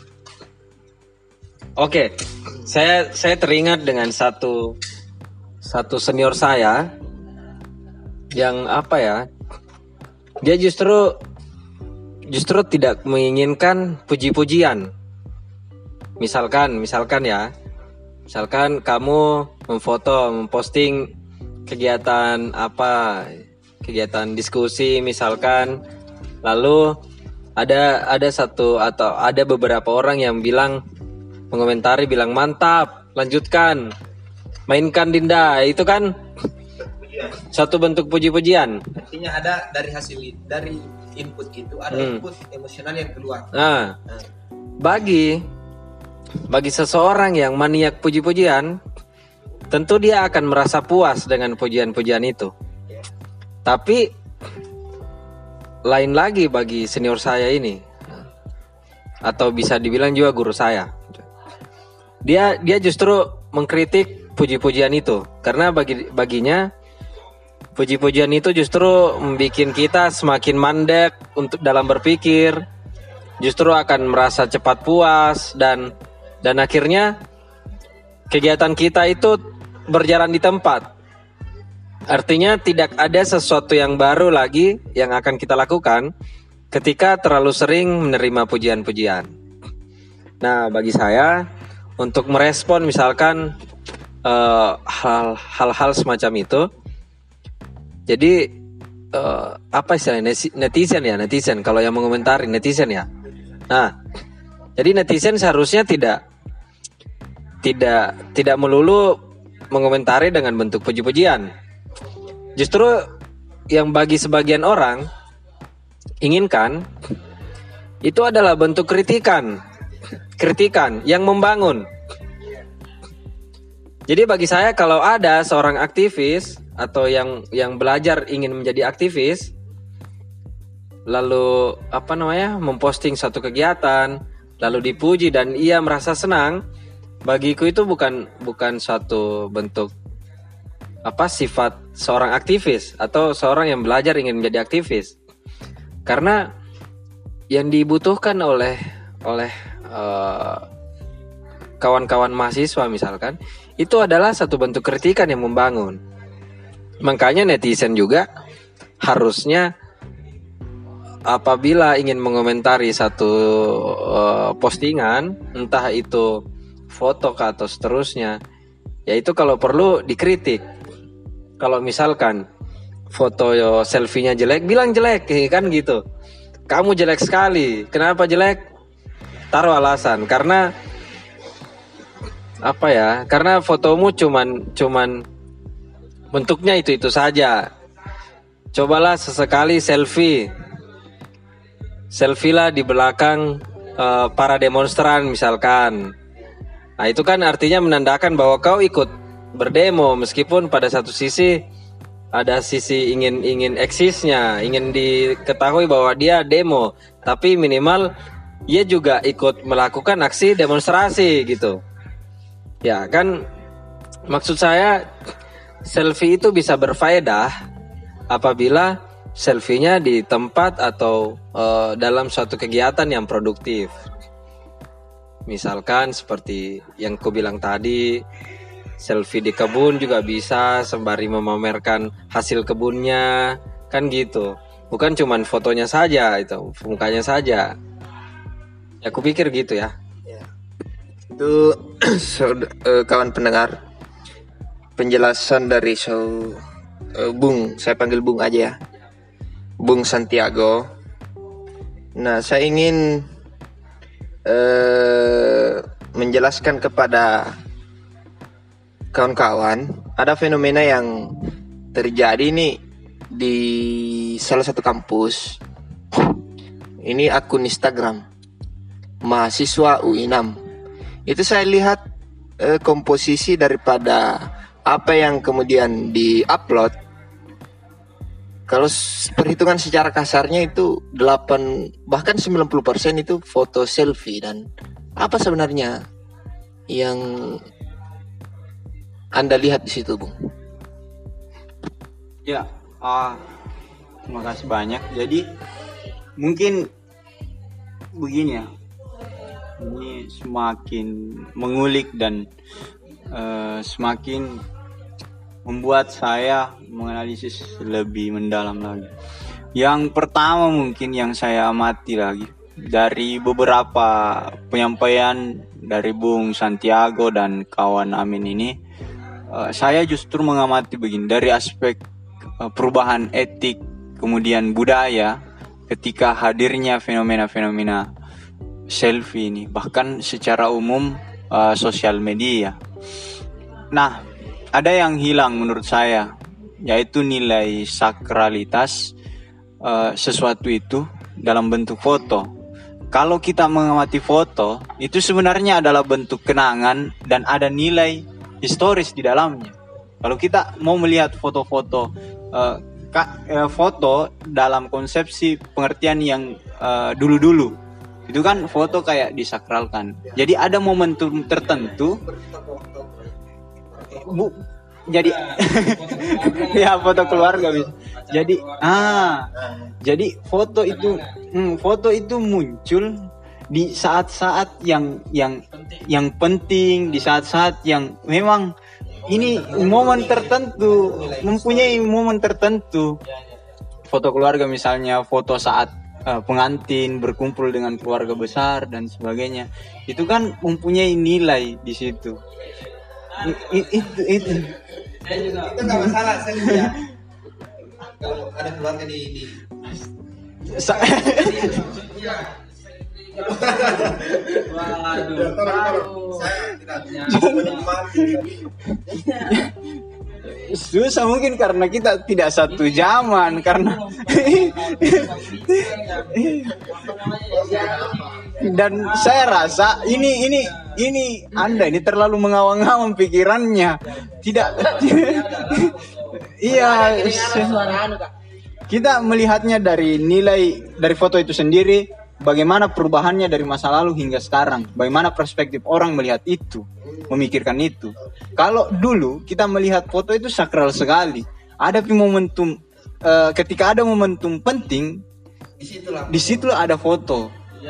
Oke, saya saya teringat dengan satu satu senior saya yang apa ya, dia justru justru tidak menginginkan puji-pujian. Misalkan, misalkan ya, misalkan kamu memfoto, memposting kegiatan apa, kegiatan diskusi misalkan, lalu ada ada satu atau ada beberapa orang yang bilang, mengomentari bilang mantap, lanjutkan, mainkan Dinda, itu kan satu bentuk puji-pujian. Artinya ada dari hasil dari input itu ada Hmm. input emosional yang keluar. Nah, bagi bagi seseorang yang maniak puji-pujian, tentu dia akan merasa puas dengan pujian-pujian itu. Tapi lain lagi bagi senior saya ini, atau bisa dibilang juga guru saya. Dia dia justru mengkritik puji-pujian itu karena bagi baginya puji-pujian itu justru membuat kita semakin mandek untuk dalam berpikir, justru akan merasa cepat puas dan dan akhirnya kegiatan kita itu berjalan di tempat. Artinya tidak ada sesuatu yang baru lagi yang akan kita lakukan ketika terlalu sering menerima pujian-pujian. Nah, bagi saya untuk merespon misalkan uh, hal, hal-hal semacam itu, jadi uh, apa istilahnya, netizen ya, netizen kalau yang mengomentari netizen ya. Nah, jadi netizen seharusnya tidak tidak tidak melulu mengomentari dengan bentuk puji-pujian. Justru yang bagi sebagian orang inginkan itu adalah bentuk kritikan, kritikan yang membangun. Jadi bagi saya kalau ada seorang aktivis atau yang yang belajar ingin menjadi aktivis, lalu apa namanya memposting satu kegiatan, lalu dipuji dan ia merasa senang, bagiku itu bukan bukan suatu bentuk apa sifat seorang aktivis atau seorang yang belajar ingin menjadi aktivis. Karena yang dibutuhkan oleh oleh uh, kawan-kawan mahasiswa misalkan itu adalah satu bentuk kritikan yang membangun. Makanya netizen juga harusnya apabila ingin mengomentari satu uh, postingan, entah itu foto atau seterusnya, yaitu kalau perlu dikritik. Kalau misalkan foto selfie-nya jelek, bilang jelek, kan gitu. Kamu jelek sekali. Kenapa jelek? Taruh alasan. Karena apa ya? Karena fotomu cuman cuman bentuknya itu-itu saja. Cobalah sesekali selfie. Selfie lah di belakang uh, para demonstran misalkan. Nah, itu kan artinya menandakan bahwa kau ikut berdemo, meskipun pada satu sisi ada sisi ingin ingin eksisnya, ingin diketahui bahwa dia demo, tapi minimal ia juga ikut melakukan aksi demonstrasi gitu. Ya kan, maksud saya selfie itu bisa berfaedah apabila selfie-nya di tempat atau uh, dalam suatu kegiatan yang produktif. Misalkan seperti yang ku bilang tadi, selfie di kebun juga bisa sembari memamerkan hasil kebunnya, kan gitu. Bukan cuman fotonya saja, itu mukanya saja. Ya aku pikir gitu ya. Ya. Itu uh, kawan pendengar, penjelasan dari so, uh, Bung, saya panggil Bung aja ya, Bung Santiago. Nah, saya ingin uh, menjelaskan kepada kawan-kawan, ada fenomena yang terjadi nih di salah satu kampus. Ini akun Instagram mahasiswa U I enam. Itu saya lihat eh, komposisi daripada apa yang kemudian di-upload. Kalau perhitungan secara kasarnya itu delapan bahkan sembilan puluh persen itu foto selfie. Dan apa sebenarnya yang Anda lihat di situ, Bung? Ya, uh, terima kasih banyak. Jadi mungkin begini ya, ini semakin mengulik dan uh, semakin membuat saya menganalisis lebih mendalam lagi. Yang pertama mungkin yang saya amati lagi dari beberapa penyampaian dari Bung Santiago dan kawan Amin ini, uh, saya justru mengamati begini dari aspek uh, perubahan etik kemudian budaya ketika hadirnya fenomena-fenomena selfie ini, bahkan secara umum uh, sosial media. Nah, ada yang hilang menurut saya, yaitu nilai sakralitas uh, sesuatu itu dalam bentuk foto. Kalau kita mengamati foto, itu sebenarnya adalah bentuk kenangan dan ada nilai historis di dalamnya. Kalau kita mau melihat foto-foto, uh, ka, uh, foto dalam konsepsi pengertian yang uh, dulu-dulu, itu kan foto kayak disakralkan. Jadi ada momentum tertentu. Bu, jadi ya foto keluarga bisa. Jadi ah, jadi foto itu, hmm, foto itu muncul di saat-saat yang yang yang penting, di saat-saat yang memang ini momen tertentu, mempunyai momen tertentu. Foto keluarga misalnya, foto saat uh, pengantin berkumpul dengan keluarga besar dan sebagainya. Itu kan mempunyai nilai di situ. I, itu itu saya juga itu nggak masalah, saya juga kalau ada keluarga di, di... Sa- waduh, saya tidak susah mungkin karena kita tidak satu zaman, karena dan saya rasa ini ini ini Anda ini terlalu mengawang-awang pikirannya. Tidak. Iya. Kita melihatnya dari nilai dari foto itu sendiri, bagaimana perubahannya dari masa lalu hingga sekarang, bagaimana perspektif orang melihat itu, memikirkan itu. Kalau dulu kita melihat foto itu sakral sekali, ada momentum uh, ketika ada momentum penting, di situ ada foto.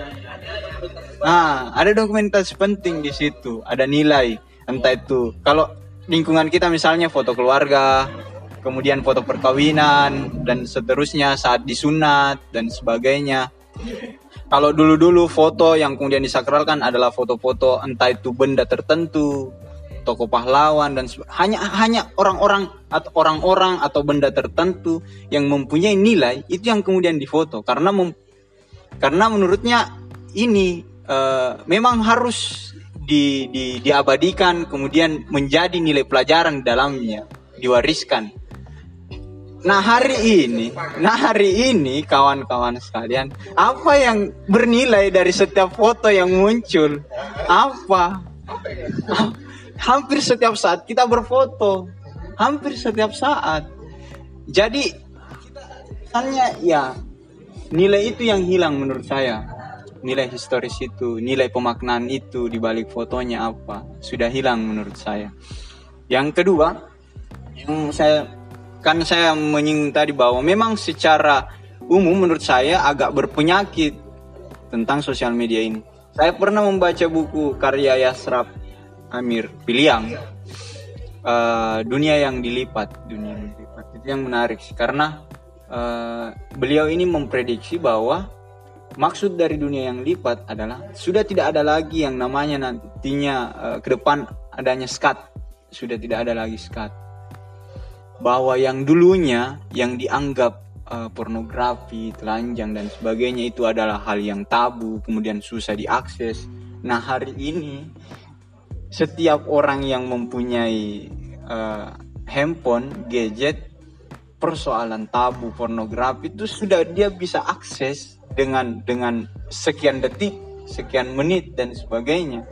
Nah, ada dokumentasi penting di situ, ada nilai, entah itu kalau lingkungan kita misalnya foto keluarga, kemudian foto perkawinan dan seterusnya saat disunat dan sebagainya. Kalau dulu-dulu foto yang kemudian disakralkan adalah foto-foto entah itu benda tertentu, tokoh pahlawan dan sebe- hanya hanya orang-orang atau orang-orang atau benda tertentu yang mempunyai nilai itu yang kemudian difoto karena mem- karena menurutnya ini uh, memang harus di, di diabadikan kemudian menjadi nilai pelajaran di dalamnya, diwariskan. Nah hari ini, nah hari ini kawan-kawan sekalian, apa yang bernilai dari setiap foto yang muncul? Apa? Hampir setiap saat kita berfoto, hampir setiap saat. Jadi, misalnya ya nilai itu yang hilang menurut saya. Nilai historis itu, nilai pemaknaan itu di balik fotonya apa? Sudah hilang menurut saya. Yang kedua, yang saya kan saya menyinggung tadi bahwa memang secara umum menurut saya agak berpenyakit tentang sosial media ini. Saya pernah membaca buku karya Yasrab Amir Piliang, uh, Dunia yang Dilipat. Dunia yang Dilipat itu yang menarik karena uh, beliau ini memprediksi bahwa maksud dari dunia yang lipat adalah sudah tidak ada lagi yang namanya nantinya uh, ke depan adanya skat, sudah tidak ada lagi skat. Bahwa yang dulunya yang dianggap uh, pornografi, telanjang dan sebagainya itu adalah hal yang tabu, kemudian susah diakses. Nah hari ini setiap orang yang mempunyai uh, handphone, gadget, persoalan tabu pornografi itu sudah dia bisa akses dengan dengan sekian detik, sekian menit dan sebagainya.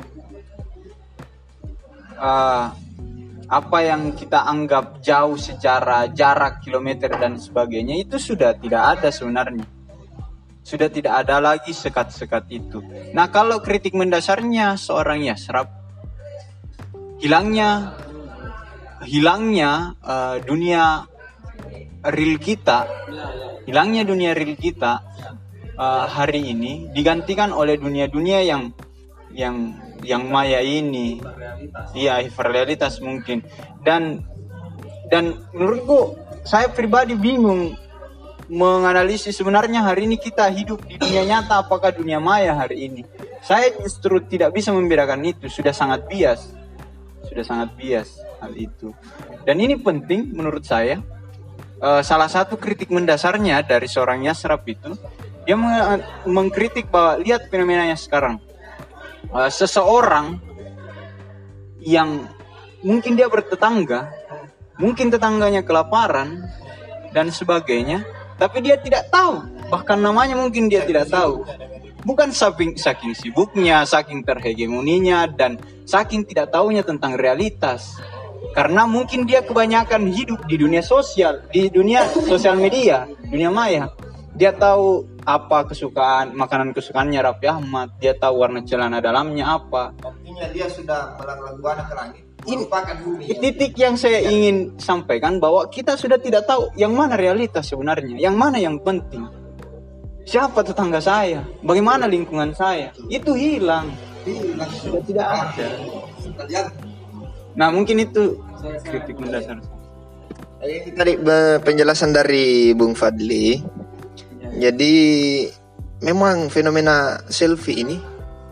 Uh, apa yang kita anggap jauh secara jarak kilometer dan sebagainya itu sudah tidak ada sebenarnya. Sudah tidak ada lagi sekat-sekat itu. Nah kalau kritik mendasarnya seorang Yasrab, hilangnya hilangnya uh, dunia real kita, hilangnya dunia real kita uh, hari ini digantikan oleh dunia-dunia yang yang yang maya ini, iya hiperrealitas mungkin, dan Dan menurutku saya pribadi bingung menganalisis sebenarnya hari ini kita hidup di dunia nyata apakah dunia maya hari ini. Saya justru tidak bisa membedakan itu, sudah sangat bias. Sudah sangat bias hal itu. Dan ini penting menurut saya. Uh, salah satu kritik mendasarnya dari seorang Yasrab itu, dia meng- mengkritik bahwa lihat fenomenanya sekarang. Uh, seseorang yang mungkin dia bertetangga, mungkin tetangganya kelaparan dan sebagainya, tapi dia tidak tahu, bahkan namanya mungkin dia tidak tahu. Bukan saking, saking sibuknya, saking terhegemoninya, dan saking tidak tahunya tentang realitas. Karena mungkin dia kebanyakan hidup di dunia sosial, di dunia sosial media, dunia maya. Dia tahu apa kesukaan, makanan kesukaannya Raffi Ahmad, dia tahu warna celana dalamnya apa. Artinya dia sudah melanglang buana ke langit, melupakan bumi. Titik yang saya ingin sampaikan bahwa kita sudah tidak tahu yang mana realitas sebenarnya, yang mana yang penting. Siapa tetangga saya? Bagaimana lingkungan saya? Itu hilang. Hilang. Sudah tidak ada. Nah, mungkin itu kritik mendasar. Ini tadi penjelasan dari Bung Fadli. Jadi memang fenomena selfie ini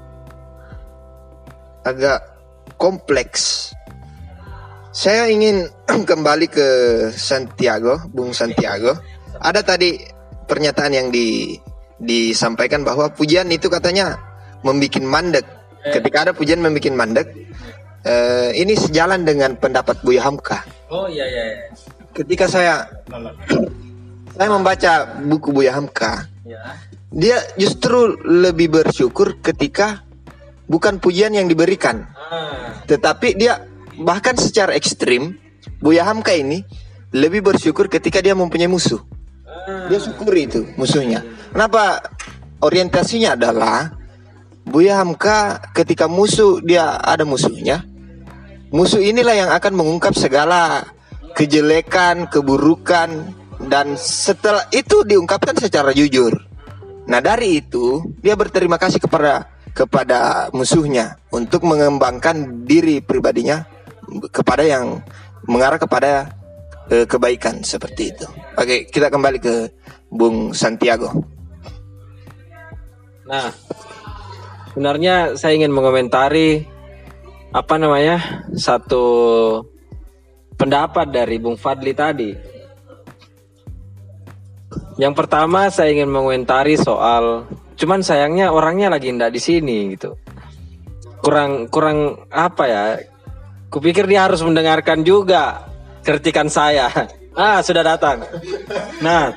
agak kompleks. Saya ingin kembali ke Santiago, Bung Santiago. Ada tadi pernyataan yang di, disampaikan bahwa pujian itu katanya membikin mandek. Ketika ada pujian membikin mandek, eh, ini sejalan dengan pendapat Buya Hamka. Oh iya iya. iya. Ketika saya saya membaca buku Buya Hamka, Ya. dia justru lebih bersyukur ketika bukan pujian yang diberikan, Ah. tetapi dia bahkan secara ekstrim, Buya Hamka ini lebih bersyukur ketika dia mempunyai musuh. Ah. Dia syukuri itu musuhnya. Kenapa? Orientasinya adalah Buya Hamka ketika musuh dia ada musuhnya, musuh inilah yang akan mengungkap segala kejelekan, keburukan, dan setelah itu diungkapkan secara jujur. Nah dari itu dia berterima kasih kepada kepada musuhnya untuk mengembangkan diri pribadinya kepada yang mengarah kepada eh, kebaikan seperti itu. Oke, kita kembali ke Bung Santiago. Nah, sebenarnya saya ingin mengomentari apa namanya satu pendapat dari Bung Fadli tadi. Yang pertama saya ingin mengomentari soal, cuman sayangnya orangnya lagi ndak di sini gitu. Kurang kurang apa ya? Kupikir dia harus mendengarkan juga kritikan saya. Ah, sudah datang. Nah,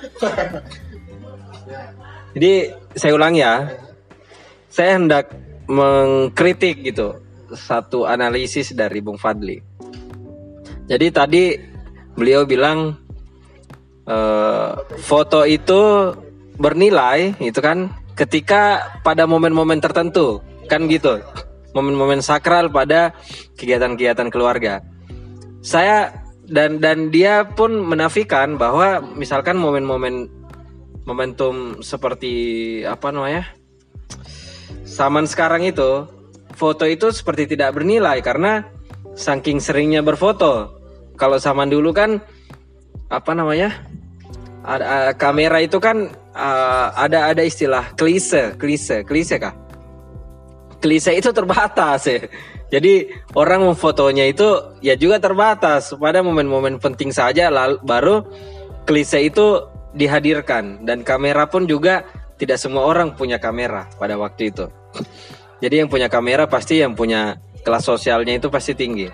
jadi saya ulang ya. Saya hendak mengkritik gitu satu analisis dari Bung Fadli. Jadi tadi beliau bilang Uh, foto itu bernilai itu kan ketika pada momen-momen tertentu kan gitu, momen-momen sakral pada kegiatan-kegiatan keluarga. Saya dan dan dia pun menafikan bahwa misalkan momen-momen momentum seperti apa namanya zaman sekarang itu, foto itu seperti tidak bernilai karena saking seringnya berfoto. Kalau zaman dulu kan apa namanya ada kamera itu kan uh, ada ada istilah klise klise klise kah klise itu terbatas ya. Jadi orang memfotonya itu ya juga terbatas pada momen-momen penting saja lalu baru klise itu dihadirkan. Dan kamera pun juga tidak semua orang punya kamera pada waktu itu. Jadi yang punya kamera pasti yang punya kelas sosialnya itu pasti tinggi.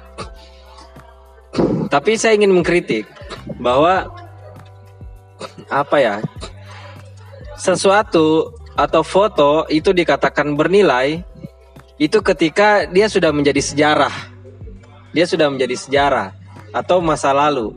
Tapi saya ingin mengkritik bahwa apa ya, sesuatu atau foto itu dikatakan bernilai itu ketika dia sudah menjadi sejarah, dia sudah menjadi sejarah atau masa lalu.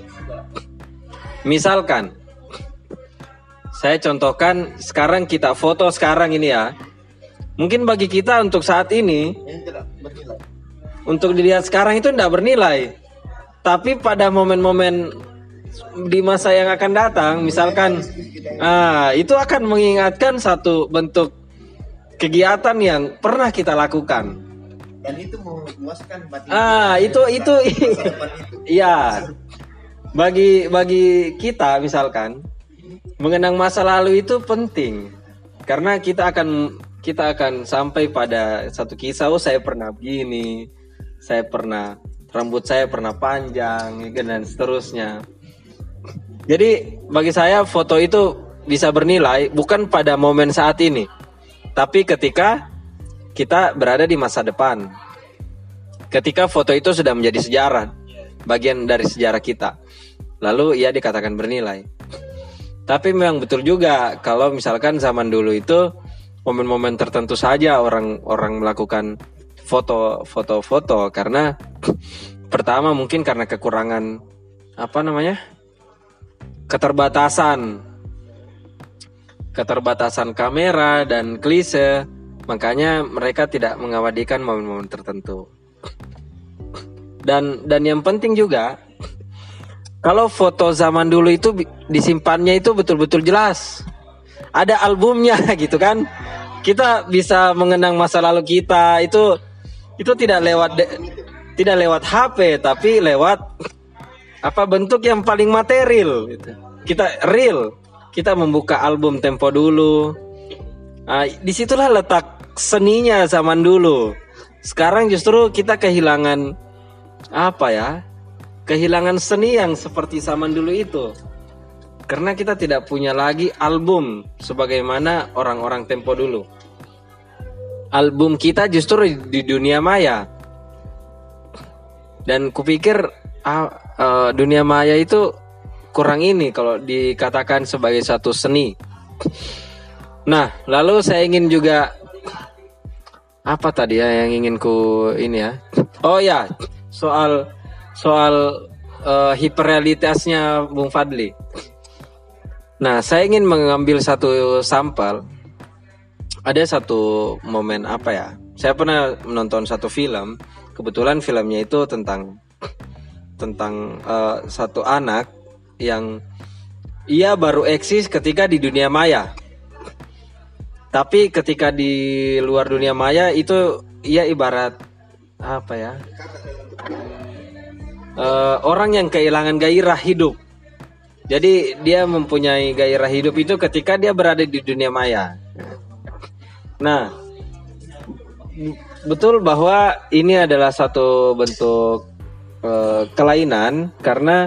Misalkan saya contohkan sekarang kita foto sekarang ini ya, mungkin bagi kita untuk saat ini untuk dilihat sekarang itu tidak bernilai. Tapi pada momen-momen di masa yang akan datang, misalkan, ah, itu akan mengingatkan satu bentuk kegiatan yang pernah kita lakukan. Dan itu memuaskan batin. Ah, itu itu, iya. bagi bagi kita misalkan mengenang masa lalu itu penting karena kita akan kita akan sampai pada satu kisah. Oh, saya pernah begini, saya pernah rambut saya pernah panjang dan seterusnya. Jadi bagi saya foto itu bisa bernilai bukan pada momen saat ini, tapi ketika kita berada di masa depan. Ketika foto itu sudah menjadi sejarah, bagian dari sejarah kita. Lalu ia dikatakan bernilai. Tapi memang betul juga kalau misalkan zaman dulu itu momen-momen tertentu saja orang-orang melakukan foto-foto-foto karena pertama mungkin karena kekurangan apa namanya? keterbatasan keterbatasan kamera dan klise, makanya mereka tidak mengabadikan momen-momen tertentu. Dan dan yang penting juga kalau foto zaman dulu itu disimpannya itu betul-betul jelas. Ada albumnya gitu kan. Kita bisa mengenang masa lalu kita itu itu tidak lewat de, tidak lewat H P tapi lewat apa bentuk yang paling material gitu. Kita real. Kita membuka album Tempo dulu. Nah, disitulah letak seninya zaman dulu. Sekarang justru kita kehilangan apa ya? Kehilangan seni yang seperti zaman dulu itu. Karena kita tidak punya lagi album sebagaimana orang-orang Tempo dulu. Album kita justru di dunia maya. Dan kupikir ah, uh, dunia maya itu kurang ini kalau dikatakan sebagai satu seni. Nah, lalu saya ingin juga apa tadi ya yang ingin ku ini ya? Oh ya, soal soal uh, hiperrealitasnya Bung Fadli. Nah, saya ingin mengambil satu sampel. Ada satu momen apa ya? Saya pernah menonton satu film. Kebetulan filmnya itu tentang tentang uh, satu anak yang ia baru eksis ketika di dunia maya. Tapi ketika di luar dunia maya itu ia ibarat apa ya? Uh, orang yang kehilangan gairah hidup. Jadi dia mempunyai gairah hidup itu ketika dia berada di dunia maya. Nah, betul bahwa ini adalah satu bentuk uh, kelainan karena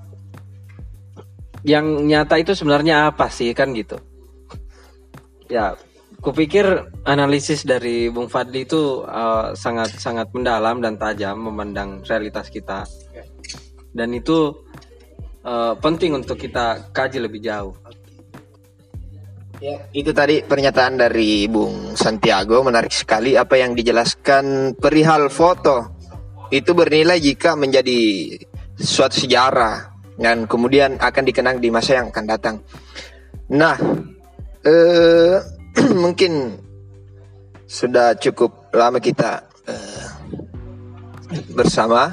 yang nyata itu sebenarnya apa sih kan gitu. Ya, kupikir analisis dari Bung Fadli itu uh, sangat sangat mendalam dan tajam memandang realitas kita. Dan itu uh, penting untuk kita kaji lebih jauh. Ya, itu tadi pernyataan dari Bung Santiago, menarik sekali apa yang dijelaskan perihal foto. Itu bernilai jika menjadi suatu sejarah dan kemudian akan dikenang di masa yang akan datang. Nah, eh, mungkin sudah cukup lama kita eh, bersama.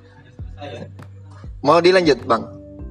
Mau dilanjut, Bang?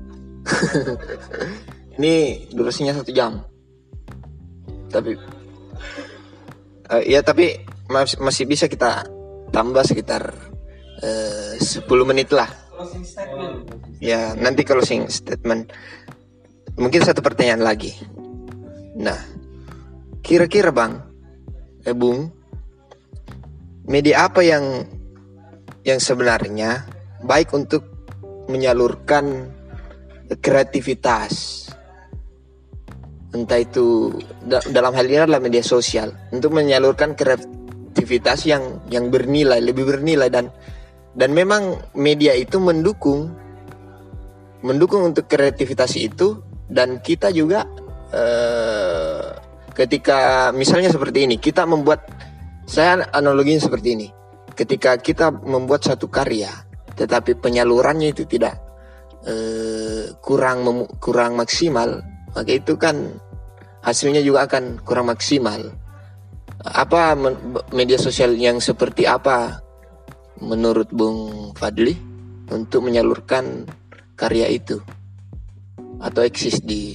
Ini durasinya satu jam. Tapi uh, ya tapi mas- masih bisa kita tambah sekitar uh, sepuluh menit lah. Closing statement. Ya, nanti closing statement. Mungkin satu pertanyaan lagi. Nah, kira-kira Bang, eh Bung, media apa yang yang sebenarnya baik untuk menyalurkan kreativitas? Entah itu da- dalam hal ini adalah media sosial untuk menyalurkan kreativitas yang yang bernilai, lebih bernilai dan dan memang media itu mendukung mendukung untuk kreativitas itu. Dan kita juga eh, ketika misalnya seperti ini kita membuat, saya analoginya seperti ini, ketika kita membuat satu karya tetapi penyalurannya itu tidak eh, kurang mem- kurang maksimal, maka itu kan hasilnya juga akan kurang maksimal. Apa men- media sosial yang seperti apa menurut Bung Fadli untuk menyalurkan karya itu atau eksis di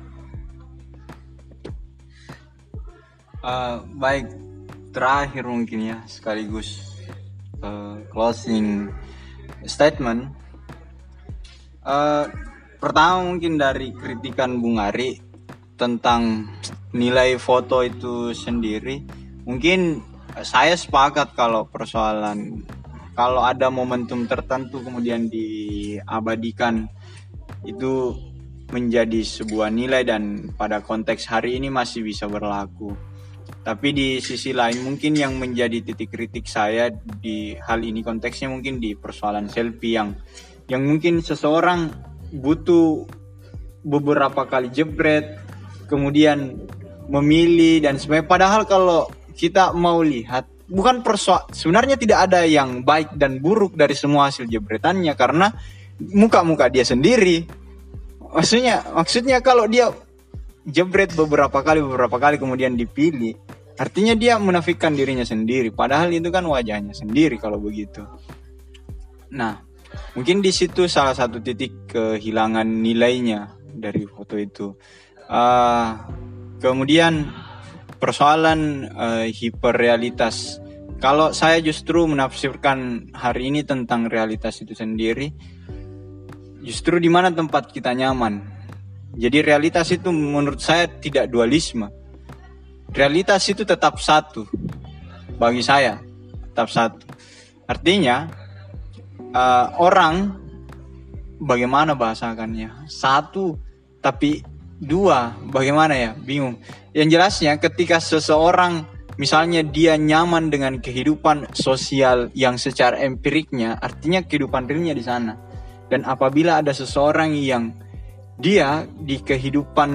Uh, baik, terakhir mungkin ya sekaligus uh, closing statement. Eh, pertama mungkin dari kritikan Bung Ari tentang nilai foto itu sendiri, mungkin saya sepakat kalau persoalan kalau ada momentum tertentu kemudian diabadikan itu menjadi sebuah nilai dan pada konteks hari ini masih bisa berlaku. Tapi di sisi lain mungkin yang menjadi titik kritik saya di hal ini konteksnya mungkin di persoalan selfie yang yang mungkin seseorang butuh beberapa kali jebret kemudian memilih dan sebagainya. Padahal kalau kita mau lihat bukan persoal sebenarnya tidak ada yang baik dan buruk dari semua hasil jebretannya karena muka-muka dia sendiri. Maksudnya maksudnya kalau dia jebret beberapa kali beberapa kali kemudian dipilih, artinya dia menafikan dirinya sendiri. Padahal itu kan wajahnya sendiri kalau begitu. Nah, mungkin di situ salah satu titik kehilangan nilainya dari foto itu. Uh, kemudian persoalan uh, hiperrealitas. Kalau saya justru menafsirkan hari ini tentang realitas itu sendiri, justru di mana tempat kita nyaman. Jadi realitas itu menurut saya tidak dualisme. Realitas itu tetap satu. Bagi saya tetap satu. Artinya uh, orang bagaimana bahasakannya? Satu tapi dua bagaimana ya? Bingung. Yang jelasnya ketika seseorang misalnya dia nyaman dengan kehidupan sosial yang secara empiriknya, artinya kehidupan realnya di sana. Dan apabila ada seseorang yang dia di kehidupan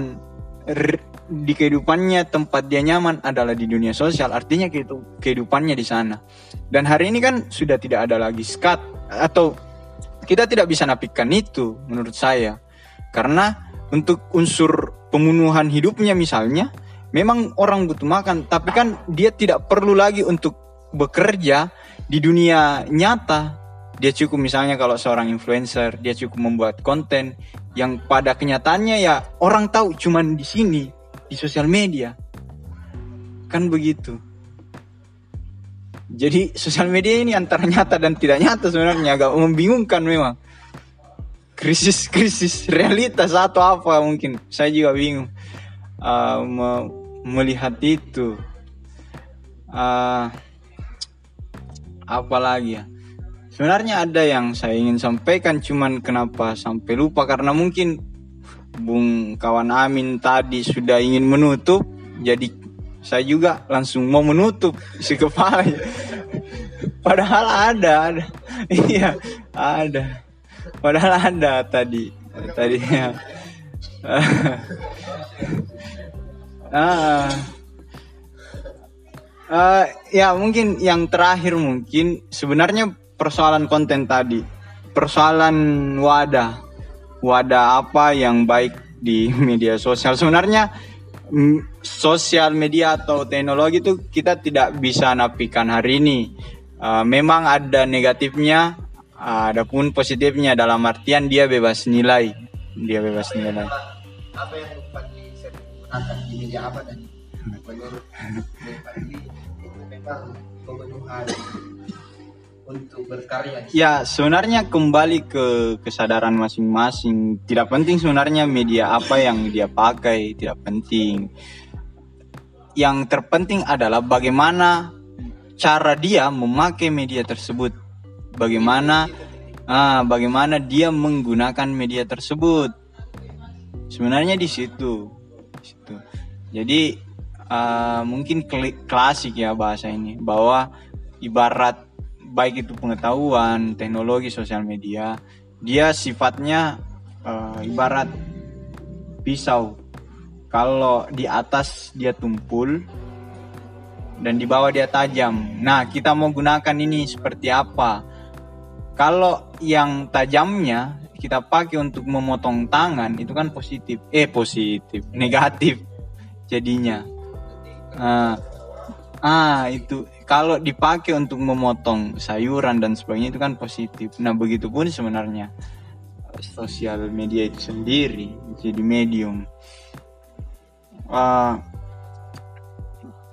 di kehidupannya tempat dia nyaman adalah di dunia sosial, artinya kehidupannya di sana. Dan hari ini kan sudah tidak ada lagi skat atau kita tidak bisa nafikan itu menurut saya. Karena untuk unsur pembunuhan hidupnya misalnya, memang orang butuh makan, tapi kan dia tidak perlu lagi untuk bekerja di dunia nyata. Dia cukup misalnya kalau seorang influencer, dia cukup membuat konten yang pada kenyataannya ya orang tahu cuman di sini, di sosial media. Kan begitu. Jadi sosial media ini antara nyata dan tidak nyata sebenarnya, agak membingungkan memang. Krisis-krisis realitas atau apa mungkin. Saya juga bingung uh, me- melihat itu. Uh, apa lagi ya? Sebenarnya ada yang saya ingin sampaikan, cuman kenapa sampai lupa karena mungkin Bung kawan Amin tadi sudah ingin menutup, jadi saya juga langsung mau menutup isi kepala. Padahal ada, ada, iya ada. Padahal ada tadi, tadinya. ah. Uh, ya mungkin yang terakhir mungkin sebenarnya persoalan konten tadi, persoalan wadah, wadah apa yang baik di media sosial. Sebenarnya m- sosial media atau teknologi itu kita tidak bisa nafikan hari ini. Uh, memang ada negatifnya, uh, ada pun positifnya dalam artian dia bebas nilai, dia bebas nilai. Apa yang Bupati sering gunakan di media apa dan menurut Bupati itu memang pemenuhan untuk berkarya? Ya sebenarnya kembali ke kesadaran masing-masing. Tidak penting sebenarnya media apa yang dia pakai, tidak penting. Yang terpenting adalah bagaimana cara dia memakai media tersebut, bagaimana ah, bagaimana dia menggunakan media tersebut. Sebenarnya di situ, di situ. Jadi uh, mungkin klasik ya bahasa ini, bahwa ibarat baik itu pengetahuan, teknologi, sosial media, dia sifatnya uh, ibarat pisau. Kalau di atas dia tumpul dan di bawah dia tajam. Nah, kita mau gunakan ini seperti apa? Kalau yang tajamnya kita pakai untuk memotong tangan, itu kan positif. Eh, positif, negatif jadinya. Ah, ah itu kalau dipakai untuk memotong sayuran dan sebagainya itu kan positif. Nah, begitupun sebenarnya sosial media itu sendiri jadi medium. Uh,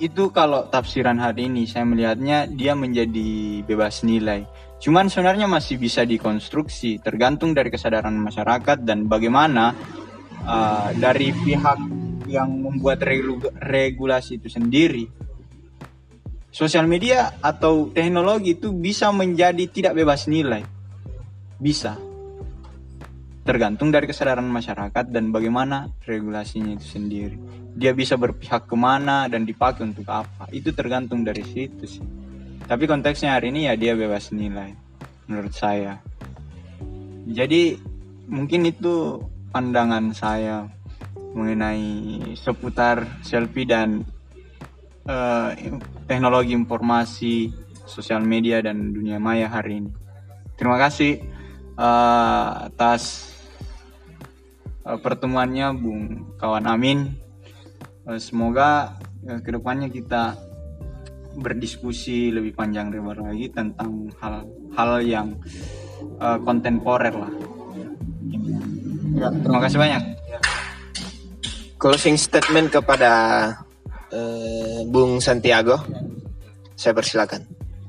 itu kalau tafsiran hari ini saya melihatnya dia menjadi bebas nilai. Cuman sebenarnya masih bisa dikonstruksi tergantung dari kesadaran masyarakat dan bagaimana uh, dari pihak yang membuat regu- regulasi itu sendiri. Sosial media atau teknologi itu bisa menjadi tidak bebas nilai. Bisa. Tergantung dari kesadaran masyarakat dan bagaimana regulasinya itu sendiri. Dia bisa berpihak kemana dan dipakai untuk apa. Itu tergantung dari situ sih. Tapi konteksnya hari ini ya dia bebas nilai menurut saya. Jadi mungkin itu pandangan saya mengenai seputar selfie dan uh, teknologi informasi, sosial media dan dunia maya hari ini. Terima kasih uh, atas uh, pertemuannya Bung Kawan Amin. Uh, semoga uh, kedepannya kita berdiskusi lebih panjang lebar lagi tentang hal-hal yang uh, kontemporer lah. Ya, terima kasih banyak. Closing statement kepada uh, Bung Santiago, saya persilakan.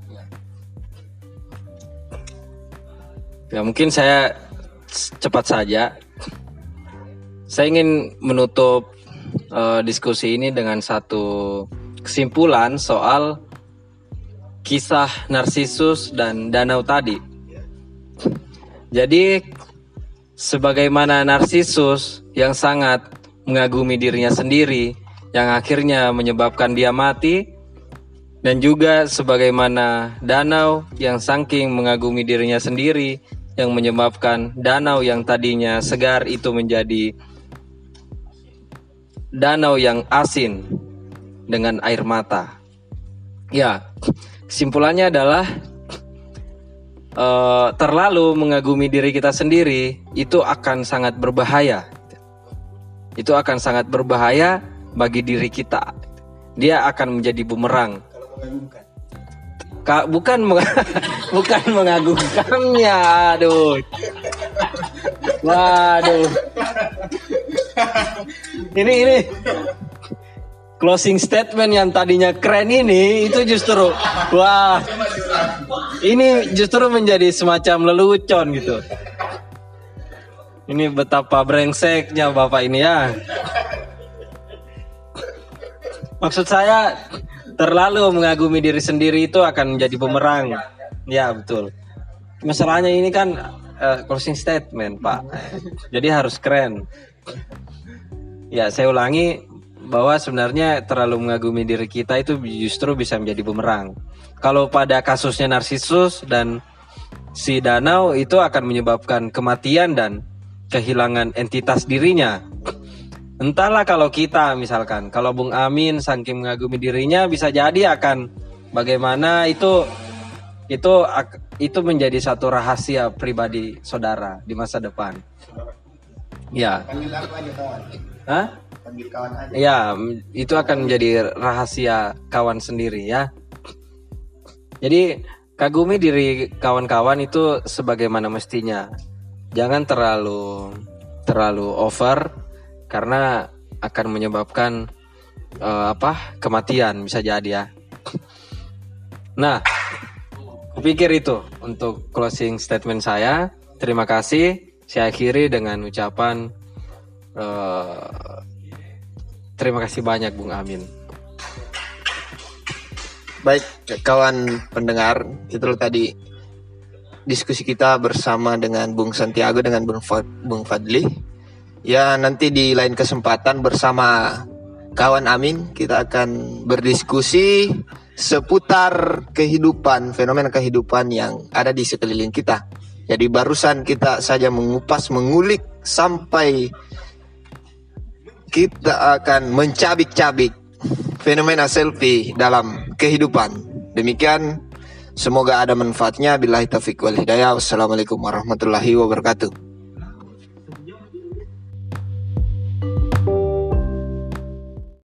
Ya mungkin saya cepat saja. Saya ingin menutup uh, diskusi ini dengan satu kesimpulan soal kisah Narsisus dan danau tadi. Jadi sebagaimana Narsisus yang sangat mengagumi dirinya sendiri yang akhirnya menyebabkan dia mati, dan juga sebagaimana danau yang saking mengagumi dirinya sendiri yang menyebabkan danau yang tadinya segar itu menjadi danau yang asin dengan air mata. Ya, kesimpulannya adalah uh, terlalu mengagumi diri kita sendiri itu akan sangat berbahaya. Itu akan sangat berbahaya bagi diri kita. Dia akan menjadi bumerang. Ka, bukan bukan mengagumkannya, aduh. Waduh. Ini ini closing statement yang tadinya keren ini itu justru wah, ini justru menjadi semacam lelucon gitu. Ini betapa brengseknya Bapak ini ya. Maksud saya terlalu mengagumi diri sendiri itu akan menjadi bumerang. Ya betul. Masalahnya ini kan uh, closing statement Pak. Jadi harus keren. Ya saya ulangi bahwa sebenarnya terlalu mengagumi diri kita itu justru bisa menjadi bumerang. Kalau pada kasusnya Narsisus dan si danau itu akan menyebabkan kematian dan kehilangan entitas dirinya. Entahlah kalau kita misalkan, kalau Bung Amin saking mengagumi dirinya bisa jadi akan bagaimana itu itu itu menjadi satu rahasia pribadi saudara di masa depan. Ya. Hah? Ya, itu akan menjadi rahasia kawan sendiri ya. Jadi kagumi diri kawan-kawan itu sebagaimana mestinya. Jangan terlalu terlalu over karena akan menyebabkan uh, apa? Kematian bisa jadi ya. Nah, kupikir itu untuk closing statement saya. Terima kasih. Saya akhiri dengan ucapan uh, terima kasih banyak Bung Amin. Baik, kawan pendengar, itu tadi diskusi kita bersama dengan Bung Santiago dengan Bung, Fad, Bung Fadli. Ya, nanti di lain kesempatan bersama kawan Amin kita akan berdiskusi seputar kehidupan, fenomena kehidupan yang ada di sekeliling kita. Jadi barusan kita saja mengupas, mengulik sampai kita akan mencabik-cabik fenomena selfie dalam kehidupan. Demikian, semoga ada manfaatnya. Billahi taufiq wal hidayah. Wassalamualaikum warahmatullahi wabarakatuh.